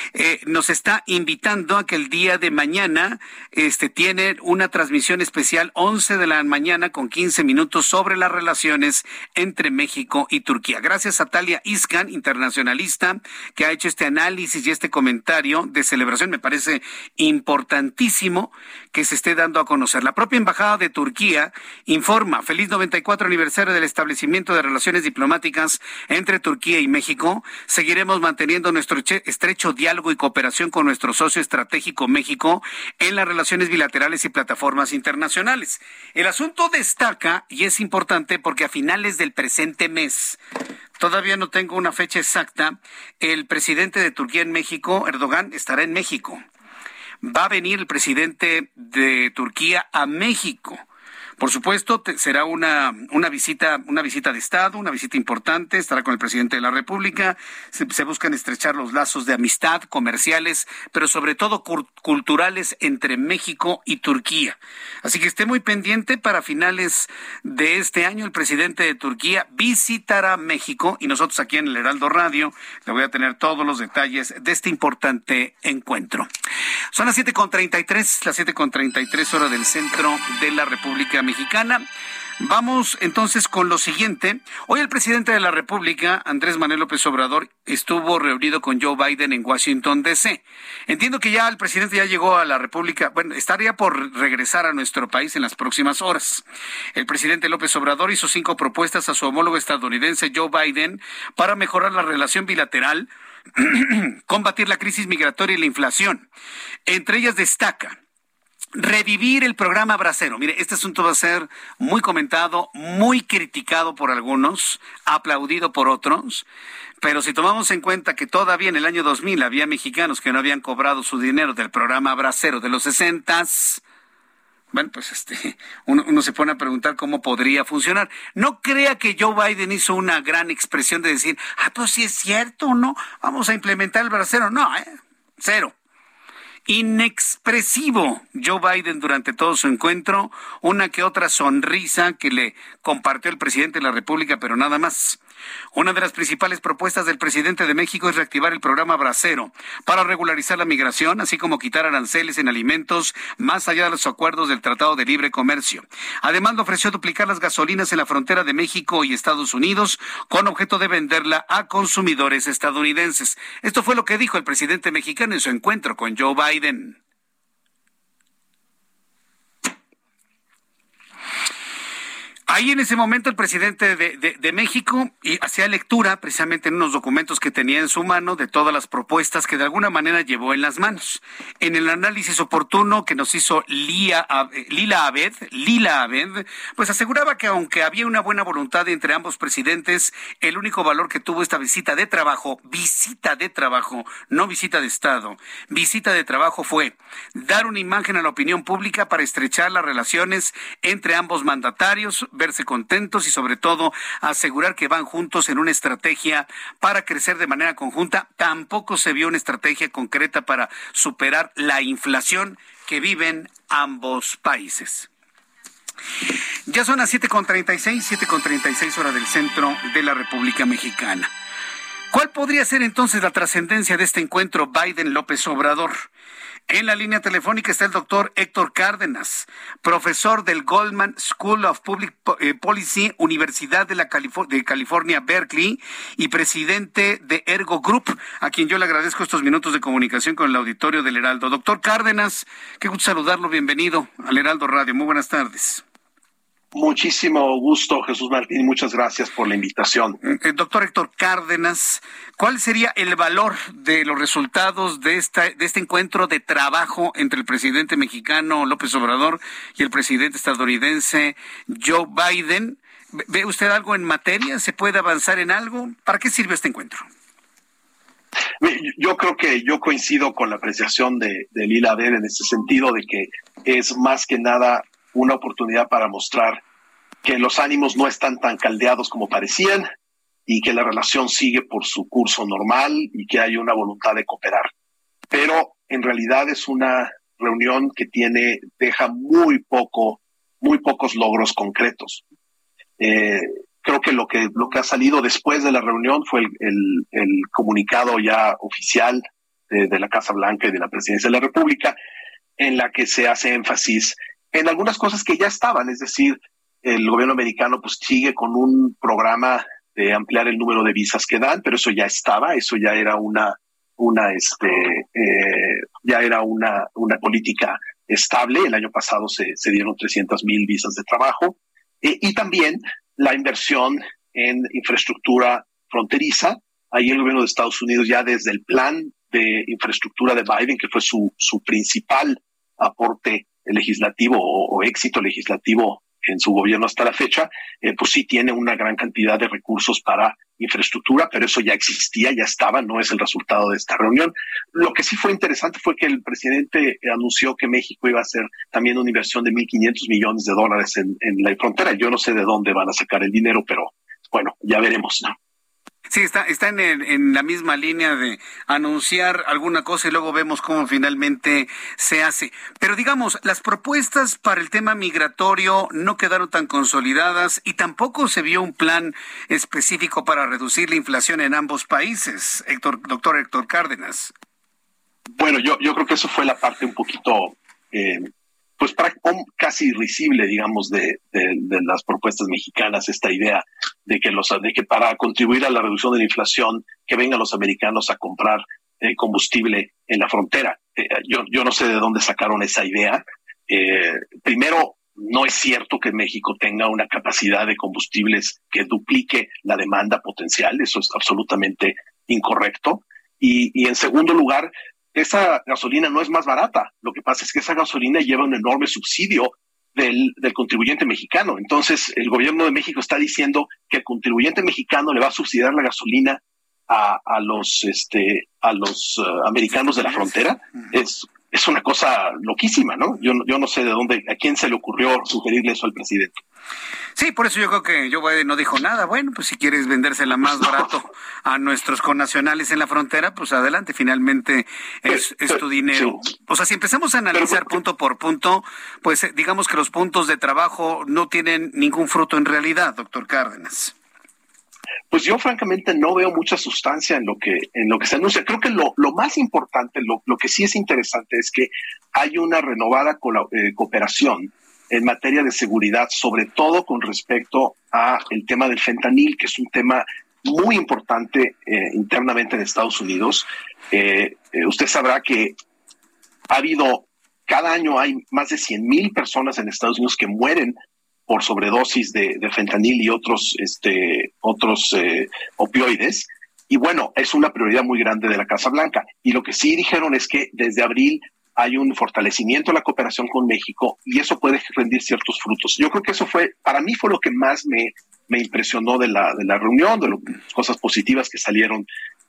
Nos está invitando a que el día de mañana tiene una transmisión especial 11 de la mañana con 15 minutos sobre las relaciones entre México y Turquía. Gracias a Talia Iskan, internacionalista, que ha hecho este análisis y este comentario de celebración. Me parece importantísimo que se esté dando a conocer. La propia Embajada de Turquía informa: feliz 94 aniversario del establecimiento de relaciones diplomáticas entre Turquía y México. Seguiremos manteniendo nuestro estrecho diálogo y cooperación con nuestro socio estratégico México en las relaciones bilaterales y plataformas internacionales. El asunto destaca, y es importante porque a finales del presente mes, todavía no tengo una fecha exacta, el presidente de Turquía en México, Erdogan, estará en México. Va a venir el presidente de Turquía a México. Por supuesto, será una visita de Estado, una visita importante. Estará con el presidente de la República. Se buscan estrechar los lazos de amistad, comerciales, pero sobre todo culturales entre México y Turquía. Así que esté muy pendiente. Para finales de este año, el presidente de Turquía visitará México y nosotros aquí en el Heraldo Radio le voy a tener todos los detalles de este importante encuentro. Son las 7:33, las 7:33 hora del centro de la República Mexicana. Vamos entonces con lo siguiente. Hoy el presidente de la República, Andrés Manuel López Obrador, estuvo reunido con Joe Biden en Washington, D.C. Entiendo que ya el presidente ya llegó a la República, estaría por regresar a nuestro país en las próximas horas. El presidente López Obrador hizo 5 propuestas a su homólogo estadounidense Joe Biden para mejorar la relación bilateral, combatir la crisis migratoria y la inflación. Entre ellas destaca revivir el programa Bracero. Mire, este asunto va a ser muy comentado, muy criticado por algunos, aplaudido por otros, pero si tomamos en cuenta que todavía en el año 2000 había mexicanos que no habían cobrado su dinero del programa Bracero de los 60s, bueno, pues uno se pone a preguntar cómo podría funcionar. No crea que Joe Biden hizo una gran expresión de decir, pues sí es cierto, ¿no? Vamos a implementar el Bracero. No, cero. Inexpresivo Joe Biden durante todo su encuentro, una que otra sonrisa que le compartió el presidente de la República, pero nada más. Una de las principales propuestas del presidente de México es reactivar el programa Bracero para regularizar la migración, así como quitar aranceles en alimentos más allá de los acuerdos del Tratado de Libre Comercio. Además, le ofreció duplicar las gasolinas en la frontera de México y Estados Unidos con objeto de venderla a consumidores estadounidenses. Esto fue lo que dijo el presidente mexicano en su encuentro con Joe Biden. Ahí en ese momento el presidente de México hacía lectura precisamente en unos documentos que tenía en su mano de todas las propuestas que de alguna manera llevó en las manos. En el análisis oportuno que nos hizo Lila Abed, pues aseguraba que aunque había una buena voluntad entre ambos presidentes, el único valor que tuvo esta visita de trabajo, no visita de Estado, visita de trabajo fue dar una imagen a la opinión pública para estrechar las relaciones entre ambos mandatarios, verse contentos y sobre todo asegurar que van juntos en una estrategia para crecer de manera conjunta. Tampoco se vio una estrategia concreta para superar la inflación que viven ambos países. Ya son las 7:36 horas del centro de la República Mexicana. ¿Cuál podría ser entonces la trascendencia de este encuentro Biden-López Obrador? En la línea telefónica está el doctor Héctor Cárdenas, profesor del Goldman School of Public Policy, Universidad de California, Berkeley, y presidente de Ergo Group, a quien yo le agradezco estos minutos de comunicación con el auditorio del Heraldo. Doctor Cárdenas, qué gusto saludarlo, bienvenido al Heraldo Radio, muy buenas tardes. Muchísimo gusto, Jesús Martín, muchas gracias por la invitación. Doctor Héctor Cárdenas, ¿cuál sería el valor de los resultados de este encuentro de trabajo entre el presidente mexicano López Obrador y el presidente estadounidense Joe Biden? ¿Ve usted algo en materia? ¿Se puede avanzar en algo? ¿Para qué sirve este encuentro? Yo creo que yo coincido con la apreciación de Lila Abed en ese sentido de que es más que nada una oportunidad para mostrar que los ánimos no están tan caldeados como parecían y que la relación sigue por su curso normal y que hay una voluntad de cooperar. Pero en realidad es una reunión que deja muy pocos logros concretos. Creo que lo que ha salido después de la reunión fue el comunicado ya oficial de la Casa Blanca y de la Presidencia de la República, en la que se hace énfasis en algunas cosas que ya estaban, es decir, el gobierno americano pues sigue con un programa de ampliar el número de visas que dan, pero eso ya estaba, eso ya era una política estable. El año pasado se dieron 300,000 visas de trabajo, y también la inversión en infraestructura fronteriza. Ahí el gobierno de Estados Unidos ya desde el plan de infraestructura de Biden, que fue su principal aporte legislativo o éxito legislativo en su gobierno hasta la fecha, pues sí tiene una gran cantidad de recursos para infraestructura, pero eso ya existía, ya estaba, no es el resultado de esta reunión. Lo que sí fue interesante fue que el presidente anunció que México iba a hacer también una inversión de $1,500 millones en la frontera. Yo no sé de dónde van a sacar el dinero, pero bueno, ya veremos, ¿no? Sí, está en la misma línea de anunciar alguna cosa y luego vemos cómo finalmente se hace. Pero digamos, las propuestas para el tema migratorio no quedaron tan consolidadas y tampoco se vio un plan específico para reducir la inflación en ambos países, doctor Héctor Cárdenas. Bueno, yo creo que eso fue la parte un poquito pues casi irrisible, digamos, de las propuestas mexicanas, esta idea de que para contribuir a la reducción de la inflación, que vengan los americanos a comprar combustible en la frontera. Yo no sé de dónde sacaron esa idea. Primero, no es cierto que México tenga una capacidad de combustibles que duplique la demanda potencial. Eso es absolutamente incorrecto. Y en segundo lugar, esa gasolina no es más barata. Lo que pasa es que esa gasolina lleva un enorme subsidio del contribuyente mexicano. Entonces, el gobierno de México está diciendo que el contribuyente mexicano le va a subsidiar la gasolina a los americanos de la frontera. Es una cosa loquísima, ¿no? Yo no sé a quién se le ocurrió sugerirle eso al presidente. Sí, por eso yo creo que Joe Biden no dijo nada. Bueno, pues si quieres vendérsela más barato a nuestros connacionales en la frontera, pues adelante, finalmente es tu dinero. Sí. O sea, si empezamos a analizar punto por punto, pues digamos que los puntos de trabajo no tienen ningún fruto en realidad, doctor Cárdenas. Pues yo francamente no veo mucha sustancia en lo que se anuncia. Creo que lo más importante, lo que sí es interesante es que hay una renovada cooperación en materia de seguridad, sobre todo con respecto a el tema del fentanil, que es un tema muy importante internamente en Estados Unidos. Usted sabrá que cada año hay más de 100,000 personas en Estados Unidos que mueren por sobredosis de fentanil y otros opioides. Y bueno, es una prioridad muy grande de la Casa Blanca. Y lo que sí dijeron es que desde abril hay un fortalecimiento de la cooperación con México y eso puede rendir ciertos frutos. Yo creo que eso para mí fue lo que más me impresionó de la reunión, de las cosas positivas que salieron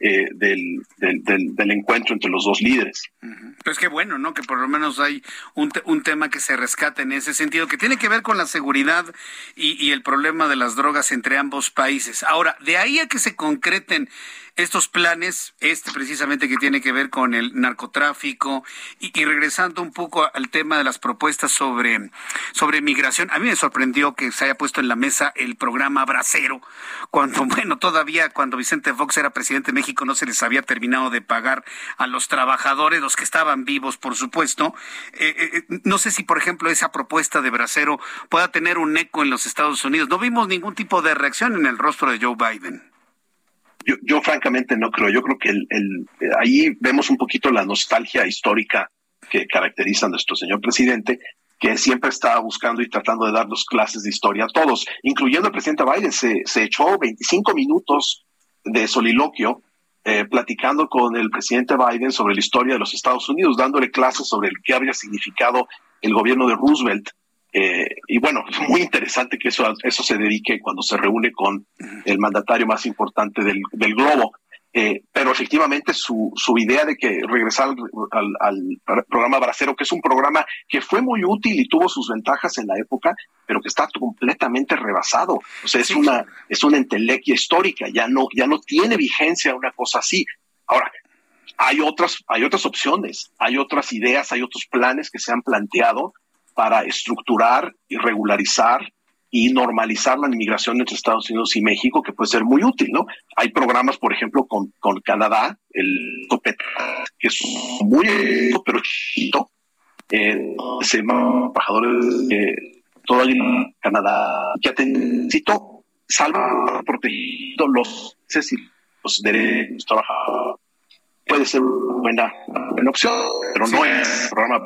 del encuentro entre los dos líderes. Pues qué bueno, ¿no? Que por lo menos hay un tema que se rescata en ese sentido, que tiene que ver con la seguridad y el problema de las drogas entre ambos países. Ahora, de ahí a que se concreten estos planes, precisamente que tiene que ver con el narcotráfico y regresando un poco al tema de las propuestas sobre migración, a mí me sorprendió que se haya puesto en la mesa el programa Bracero, cuando Vicente Fox era presidente de México no se les había terminado de pagar a los trabajadores, los que estaban vivos, por supuesto. No sé si, por ejemplo, esa propuesta de Bracero pueda tener un eco en los Estados Unidos. No vimos ningún tipo de reacción en el rostro de Joe Biden. Yo francamente no creo. Yo creo que ahí vemos un poquito la nostalgia histórica que caracteriza a nuestro señor presidente, que siempre está buscando y tratando de darnos clases de historia a todos, incluyendo el presidente Biden. Se echó 25 minutos de soliloquio platicando con el presidente Biden sobre la historia de los Estados Unidos, dándole clases sobre qué habría significado el gobierno de Roosevelt. Y bueno, es muy interesante que eso se dedique cuando se reúne con el mandatario más importante del globo. Pero efectivamente su idea de que regresar al programa Bracero, que es un programa que fue muy útil y tuvo sus ventajas en la época, pero que está completamente rebasado. O sea, es una entelequia histórica, ya no tiene vigencia una cosa así. Ahora, hay otras opciones, hay otras ideas, hay otros planes que se han planteado para estructurar y regularizar y normalizar la inmigración entre Estados Unidos y México, que puede ser muy útil, ¿no? Hay programas, por ejemplo, con Canadá, el TOPET, que es muy pero chiquito, se llama embajadores de todo el Canadá, que necesito salvar protegiendo los derechos de los trabajadores. Puede ser una buena opción, pero no es un programa.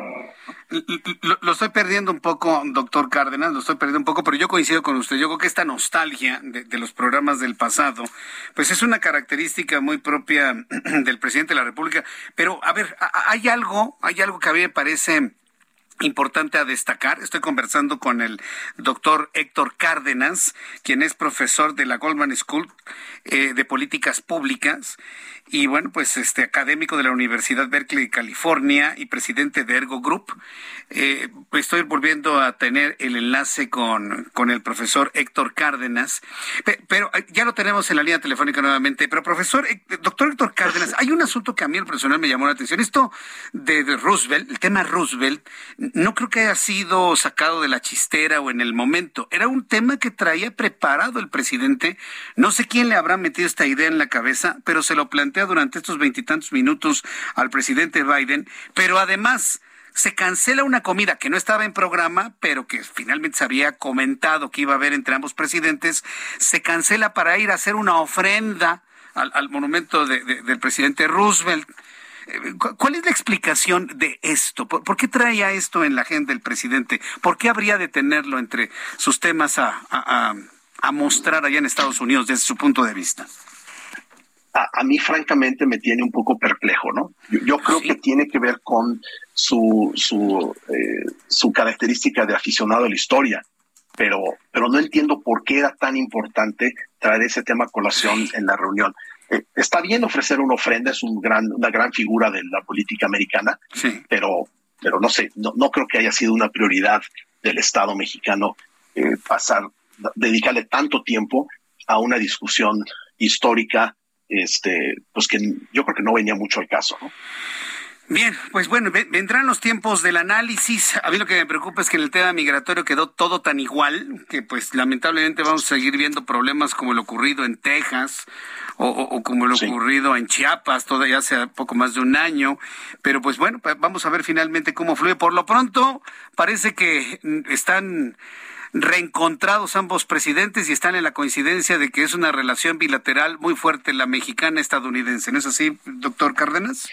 Lo estoy perdiendo un poco, doctor Cárdenas, pero yo coincido con usted. Yo creo que esta nostalgia de los programas del pasado, pues es una característica muy propia del presidente de la República. Pero, a ver, hay algo que a mí me parece importante a destacar. Estoy conversando con el doctor Héctor Cárdenas, quien es profesor de la Goldman School de Políticas Públicas y bueno, pues académico de la Universidad Berkeley de California y presidente de Ergo Group. Estoy volviendo a tener el enlace con el profesor Héctor Cárdenas, pero ya lo tenemos en la línea telefónica nuevamente. Pero doctor Héctor Cárdenas, hay un asunto que a mí en personal me llamó la atención. Esto de Roosevelt, el tema Roosevelt, no creo que haya sido sacado de la chistera o en el momento. Era un tema que traía preparado el presidente. No sé quién le habrá metido esta idea en la cabeza, pero se lo plantea durante estos 20 y tantos minutos al presidente Biden. Pero además se cancela una comida que no estaba en programa, pero que finalmente se había comentado que iba a haber entre ambos presidentes. Se cancela para ir a hacer una ofrenda al monumento del presidente Roosevelt. ¿Cuál es la explicación de esto? ¿Por qué traía esto en la agenda del presidente? ¿Por qué habría de tenerlo entre sus temas a mostrar allá en Estados Unidos desde su punto de vista? a mí francamente me tiene un poco perplejo, ¿no? Yo creo que tiene que ver con su característica de aficionado a la historia, pero no entiendo por qué era tan importante traer ese tema a colación en la reunión. Está bien ofrecer una ofrenda, es una gran figura de la política americana, pero no sé, no creo que haya sido una prioridad del Estado mexicano dedicarle tanto tiempo a una discusión histórica, pues que yo creo que no venía mucho al caso, ¿no? Bien, pues bueno, vendrán los tiempos del análisis. A mí lo que me preocupa es que en el tema migratorio quedó todo tan igual que pues lamentablemente vamos a seguir viendo problemas como lo ocurrido en Texas o como lo ocurrido en Chiapas, todavía hace poco más de un año. Pero pues bueno, vamos a ver finalmente cómo fluye. Por lo pronto parece que están reencontrados ambos presidentes y están en la coincidencia de que es una relación bilateral muy fuerte la mexicana-estadounidense. ¿No es así, doctor Cárdenas?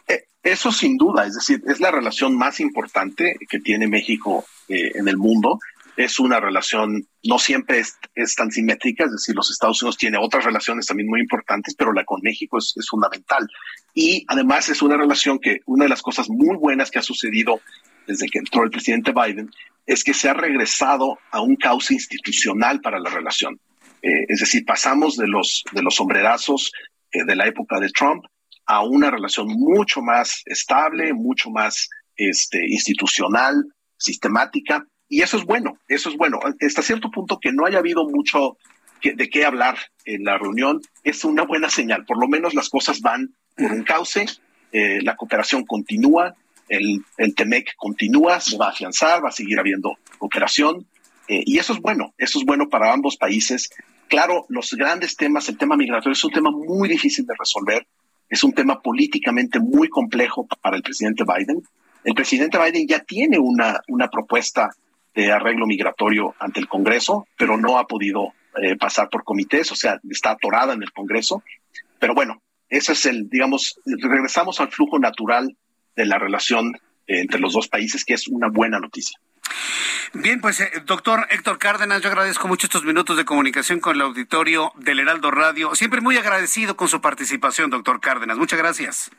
Eso sin duda, es decir, es la relación más importante que tiene México en el mundo. Es una relación, no siempre es tan simétrica, es decir, los Estados Unidos tienen otras relaciones también muy importantes, pero la con México es fundamental. Y además es una relación que una de las cosas muy buenas que ha sucedido desde que entró el presidente Biden es que se ha regresado a un cauce institucional para la relación. Es decir, pasamos de los sombrerazos de la época de Trump a una relación mucho más estable, mucho más institucional, sistemática, y eso es bueno, Hasta cierto punto que no haya habido mucho de qué hablar en la reunión, es una buena señal, por lo menos las cosas van por un cauce, la cooperación continúa, el TEMEC continúa, se va a afianzar, va a seguir habiendo cooperación, y eso es bueno para ambos países. Claro, los grandes temas, el tema migratorio es un tema muy difícil de resolver, es un tema políticamente muy complejo para el presidente Biden. El presidente Biden ya tiene una propuesta de arreglo migratorio ante el Congreso, pero no ha podido pasar por comités, o sea, está atorada en el Congreso. Pero bueno, ese es regresamos al flujo natural de la relación entre los dos países, que es una buena noticia. Bien, pues doctor Héctor Cárdenas, yo agradezco mucho estos minutos de comunicación con el auditorio del Heraldo Radio. Siempre muy agradecido con su participación, doctor Cárdenas. Muchas gracias.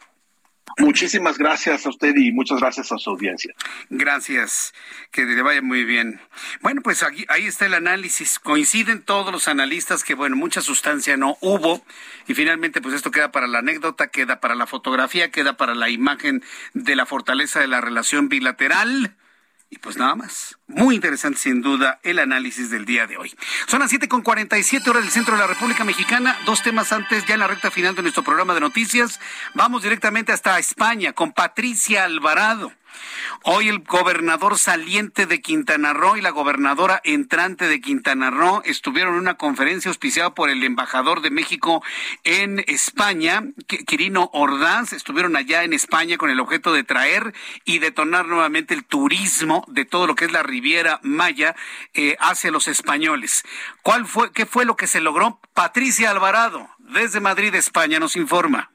Muchísimas gracias a usted y muchas gracias a su audiencia. Gracias, que le vaya muy bien. Bueno, pues ahí está el análisis. Coinciden todos los analistas que, bueno, mucha sustancia no hubo y finalmente pues esto queda para la anécdota, queda para la fotografía, queda para la imagen de la fortaleza de la relación bilateral. Y pues nada más. Muy interesante sin duda el análisis del día de hoy. Son las 7:47 horas del centro de la República Mexicana. Dos temas antes, ya en la recta final de nuestro programa de noticias. Vamos directamente hasta España con Patricia Alvarado. Hoy el gobernador saliente de Quintana Roo y la gobernadora entrante de Quintana Roo estuvieron en una conferencia auspiciada por el embajador de México en España, Quirino Ordaz. Estuvieron allá en España con el objeto de traer y detonar nuevamente el turismo de todo lo que es la Riviera Maya hacia los españoles. ¿Qué fue lo que se logró? Patricia Alvarado, desde Madrid, España, nos informa.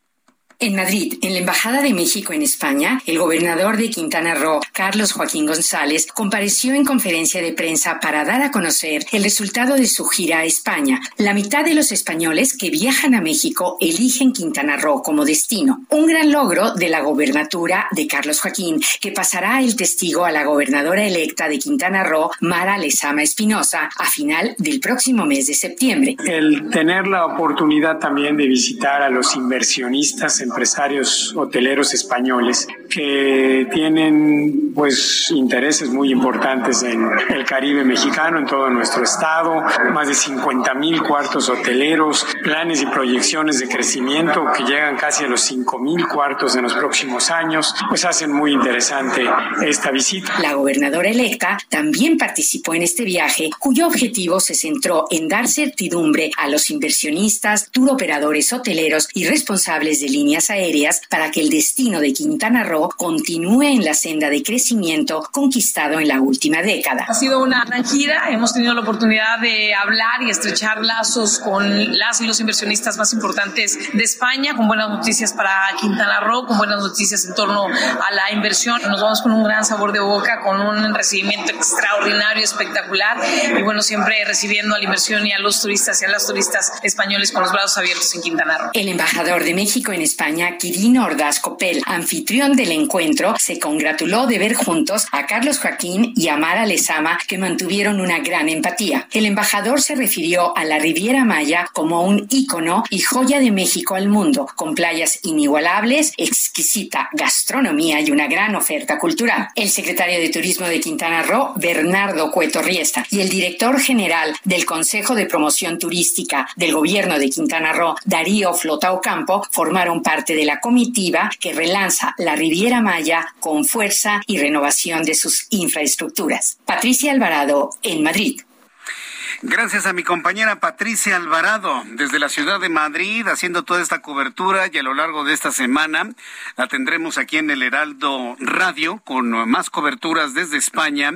En Madrid, en la Embajada de México en España, el gobernador de Quintana Roo, Carlos Joaquín González, compareció en conferencia de prensa para dar a conocer el resultado de su gira a España. La mitad de los españoles que viajan a México eligen Quintana Roo como destino. Un gran logro de la gobernatura de Carlos Joaquín, que pasará el testigo a la gobernadora electa de Quintana Roo, Mara Lezama Espinosa, a final del próximo mes de septiembre. El tener la oportunidad también de visitar a los inversionistas, empresarios hoteleros españoles que tienen pues intereses muy importantes en el Caribe mexicano, en todo nuestro estado, más de 50,000 cuartos hoteleros, planes y proyecciones de crecimiento que llegan casi a los 5,000 cuartos en los próximos años, pues hacen muy interesante esta visita. La gobernadora electa también participó en este viaje, cuyo objetivo se centró en dar certidumbre a los inversionistas, turoperadores hoteleros y responsables de líneas líneas aéreas para que el destino de Quintana Roo continúe en la senda de crecimiento conquistado en la última década. Ha sido una gran gira, hemos tenido la oportunidad de hablar y estrechar lazos con las y los inversionistas más importantes de España, con buenas noticias para Quintana Roo, con buenas noticias en torno a la inversión. Nos vamos con un gran sabor de boca, con un recibimiento extraordinario, espectacular, y bueno, siempre recibiendo a la inversión y a los turistas y a las turistas españoles con los brazos abiertos en Quintana Roo. El embajador de México en España, Quirino Ordaz Copel, anfitrión del encuentro, se congratuló de ver juntos a Carlos Joaquín y a Mara Lezama, que mantuvieron una gran empatía. El embajador se refirió a la Riviera Maya como un ícono y joya de México al mundo, con playas inigualables, exquisita gastronomía y una gran oferta cultural. El secretario de Turismo de Quintana Roo, Bernardo Cueto Riesta, y el director general del Consejo de Promoción Turística del Gobierno de Quintana Roo, Darío Flota Ocampo, formaron parte de la comitiva que relanza la Riviera Maya con fuerza y renovación de sus infraestructuras. Patricia Alvarado, en Madrid. Gracias a mi compañera Patricia Alvarado, desde la ciudad de Madrid, haciendo toda esta cobertura, y a lo largo de esta semana la tendremos aquí en el Heraldo Radio con más coberturas desde España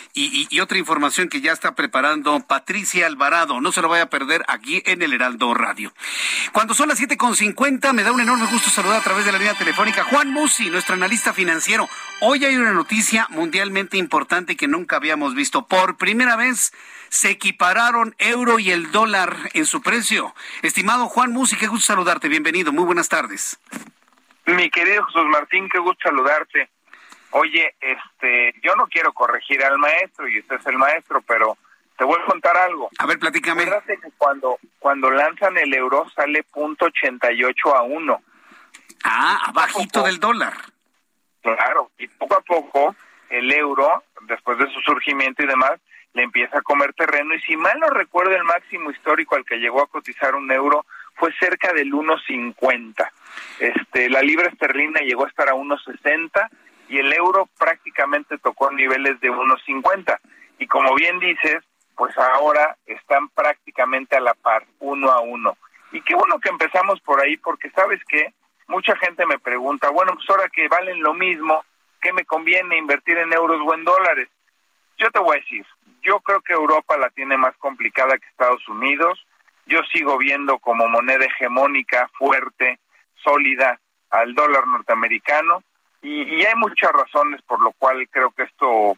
y otra información que ya está preparando Patricia Alvarado. No se lo vaya a perder aquí en el Heraldo Radio. Cuando son las 7:50, me da un enorme gusto saludar a través de la línea telefónica Juan Musi, nuestro analista financiero. Hoy hay una noticia mundialmente importante que nunca habíamos visto. Por primera vez se equipararon euro y el dólar en su precio. Estimado Juan Musi, qué gusto saludarte. Bienvenido, muy buenas tardes. Mi querido Jesús Martín, qué gusto saludarte. Oye, yo no quiero corregir al maestro, y usted es el maestro, pero te voy a contar algo. A ver, platícame. Acuérdate que cuando lanzan el euro sale 0.88 a 1. Ah, abajito del dólar. Claro, y poco a poco el euro, después de su surgimiento y demás, le empieza a comer terreno, y si mal no recuerdo, el máximo histórico al que llegó a cotizar un euro fue cerca del 1.50. La libra esterlina llegó a estar a 1.60 y el euro prácticamente tocó niveles de 1.50. Y como bien dices, pues ahora están prácticamente a la par, 1 a 1. Y qué bueno que empezamos por ahí, porque ¿sabes qué? Mucha gente me pregunta, bueno, pues ahora que valen lo mismo, ¿qué me conviene invertir en euros o en dólares? Yo te voy a decir, yo creo que Europa la tiene más complicada que Estados Unidos. Yo sigo viendo como moneda hegemónica, fuerte, sólida, al dólar norteamericano, y hay muchas razones por lo cual creo que esto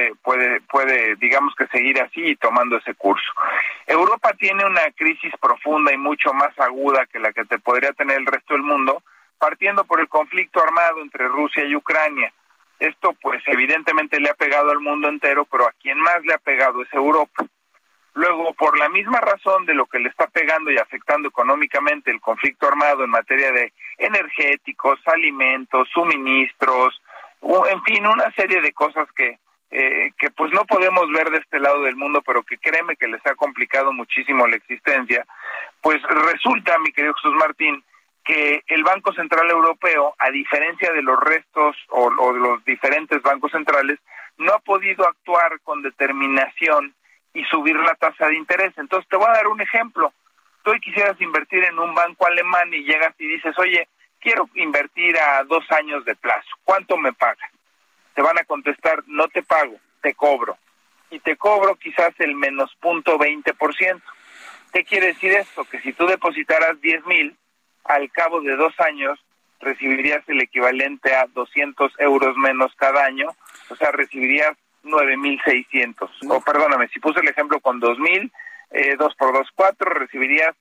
puede, digamos que seguir así y tomando ese curso. Europa tiene una crisis profunda y mucho más aguda que la que te podría tener el resto del mundo, partiendo por el conflicto armado entre Rusia y Ucrania. Esto pues evidentemente le ha pegado al mundo entero, pero a quien más le ha pegado es Europa. Luego, por la misma razón de lo que le está pegando y afectando económicamente el conflicto armado en materia de energéticos, alimentos, suministros, en fin, una serie de cosas que pues no podemos ver de este lado del mundo, pero que créeme que les ha complicado muchísimo la existencia, pues resulta, mi querido Jesús Martín, que el Banco Central Europeo, a diferencia de los restos o de los diferentes bancos centrales, no ha podido actuar con determinación y subir la tasa de interés. Entonces te voy a dar un ejemplo. Tú quisieras invertir en un banco alemán y llegas y dices, oye, quiero invertir a 2 años de plazo, ¿cuánto me pagas? Te van a contestar, no te pago, te cobro. Y te cobro quizás el menos 0.20%. ¿Qué quiere decir esto? Que si tú depositaras 10,000, al cabo de 2 años recibirías el equivalente a 200 euros menos cada año, o sea, recibirías 9,600. O perdóname, si puse el ejemplo con 2,000, 2 por 2, 4, recibirías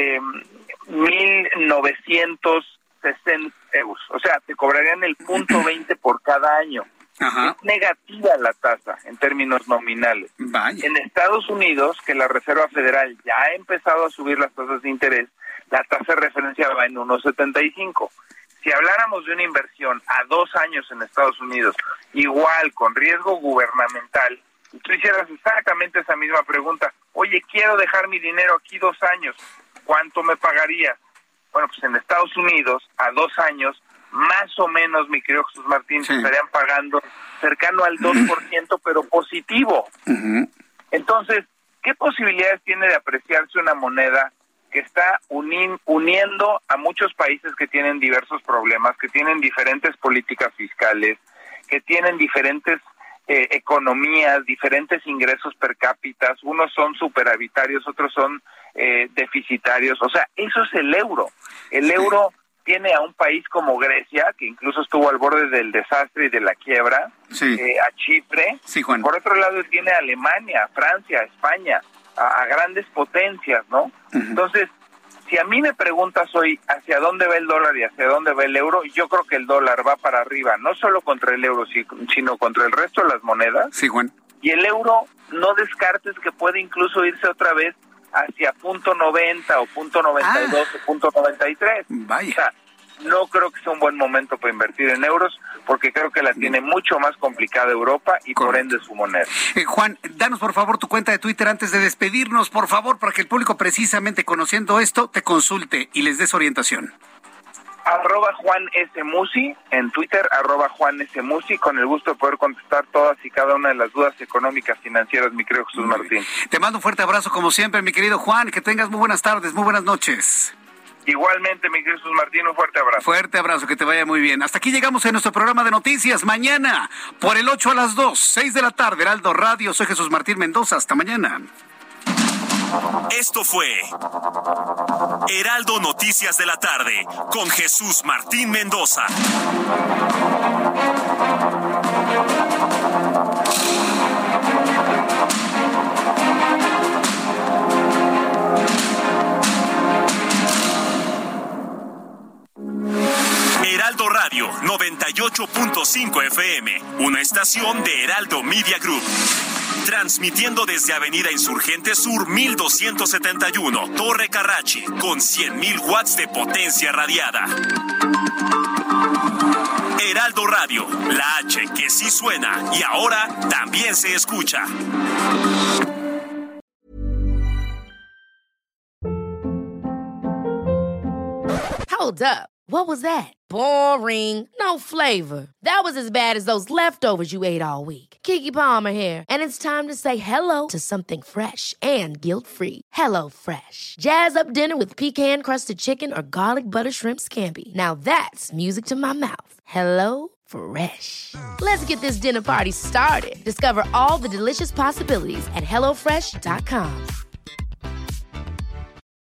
1,960 euros. O sea, te cobrarían el 0.20 por cada año. Ajá. Es negativa la tasa en términos nominales. Vaya. En Estados Unidos, que la Reserva Federal ya ha empezado a subir las tasas de interés, la tasa de referencia va en 1.75. Si habláramos de una inversión a 2 años en Estados Unidos, igual con riesgo gubernamental, y tú hicieras exactamente esa misma pregunta, oye, quiero dejar mi dinero aquí 2 años, ¿cuánto me pagarías? Bueno, pues en Estados Unidos, a 2 años, más o menos, mi querido Jesús Martín, se estarían pagando cercano al 2%, pero positivo. Entonces, ¿qué posibilidades tiene de apreciarse una moneda que está uniendo a muchos países que tienen diversos problemas, que tienen diferentes políticas fiscales, que tienen diferentes economías, diferentes ingresos per cápita, unos son superavitarios, otros son deficitarios. O sea, eso es el euro. El euro tiene a un país como Grecia, que incluso estuvo al borde del desastre y de la quiebra, a Chipre. Sí, Juan. Por otro lado tiene a Alemania, Francia, España, a grandes potencias, ¿no? Entonces, si a mí me preguntas hoy hacia dónde va el dólar y hacia dónde va el euro, yo creo que el dólar va para arriba, no solo contra el euro, sino contra el resto de las monedas. Sí, Juan. Y el euro, no descartes que puede incluso irse otra vez hacia .90 o .92 o .93. Vaya. O sea, no creo que sea un buen momento para invertir en euros, porque creo que la tiene mucho más complicada Europa y por ende su moneda. Juan, danos por favor tu cuenta de Twitter antes de despedirnos, por favor, para que el público precisamente conociendo esto te consulte y les des orientación. @JuanSMusi en Twitter, @JuanSMusi, con el gusto de poder contestar todas y cada una de las dudas económicas, financieras, mi querido Jesús Martín. Te mando un fuerte abrazo como siempre, mi querido Juan, que tengas muy buenas tardes, muy buenas noches. Igualmente, mi querido Jesús Martín, un fuerte abrazo. Fuerte abrazo, que te vaya muy bien. Hasta aquí llegamos en nuestro programa de noticias. Mañana, por el 8 a las 2, 6 de la tarde, Heraldo Radio. Soy Jesús Martín Mendoza. Hasta mañana. Esto fue Heraldo Noticias de la tarde con Jesús Martín Mendoza. Heraldo Radio 98.5 FM, una estación de Heraldo Media Group. Transmitiendo desde Avenida Insurgente Sur 1271, Torre Carrachi, con 100.000 watts de potencia radiada. Heraldo Radio, la H que sí suena y ahora también se escucha. Hold up. What was that? Boring. No flavor. That was as bad as those leftovers you ate all week. Keke Palmer here, and it's time to say hello to something fresh and guilt-free. Hello Fresh. Jazz up dinner with pecan-crusted chicken or garlic butter shrimp scampi. Now that's music to my mouth. Hello Fresh. Let's get this dinner party started. Discover all the delicious possibilities at HelloFresh.com.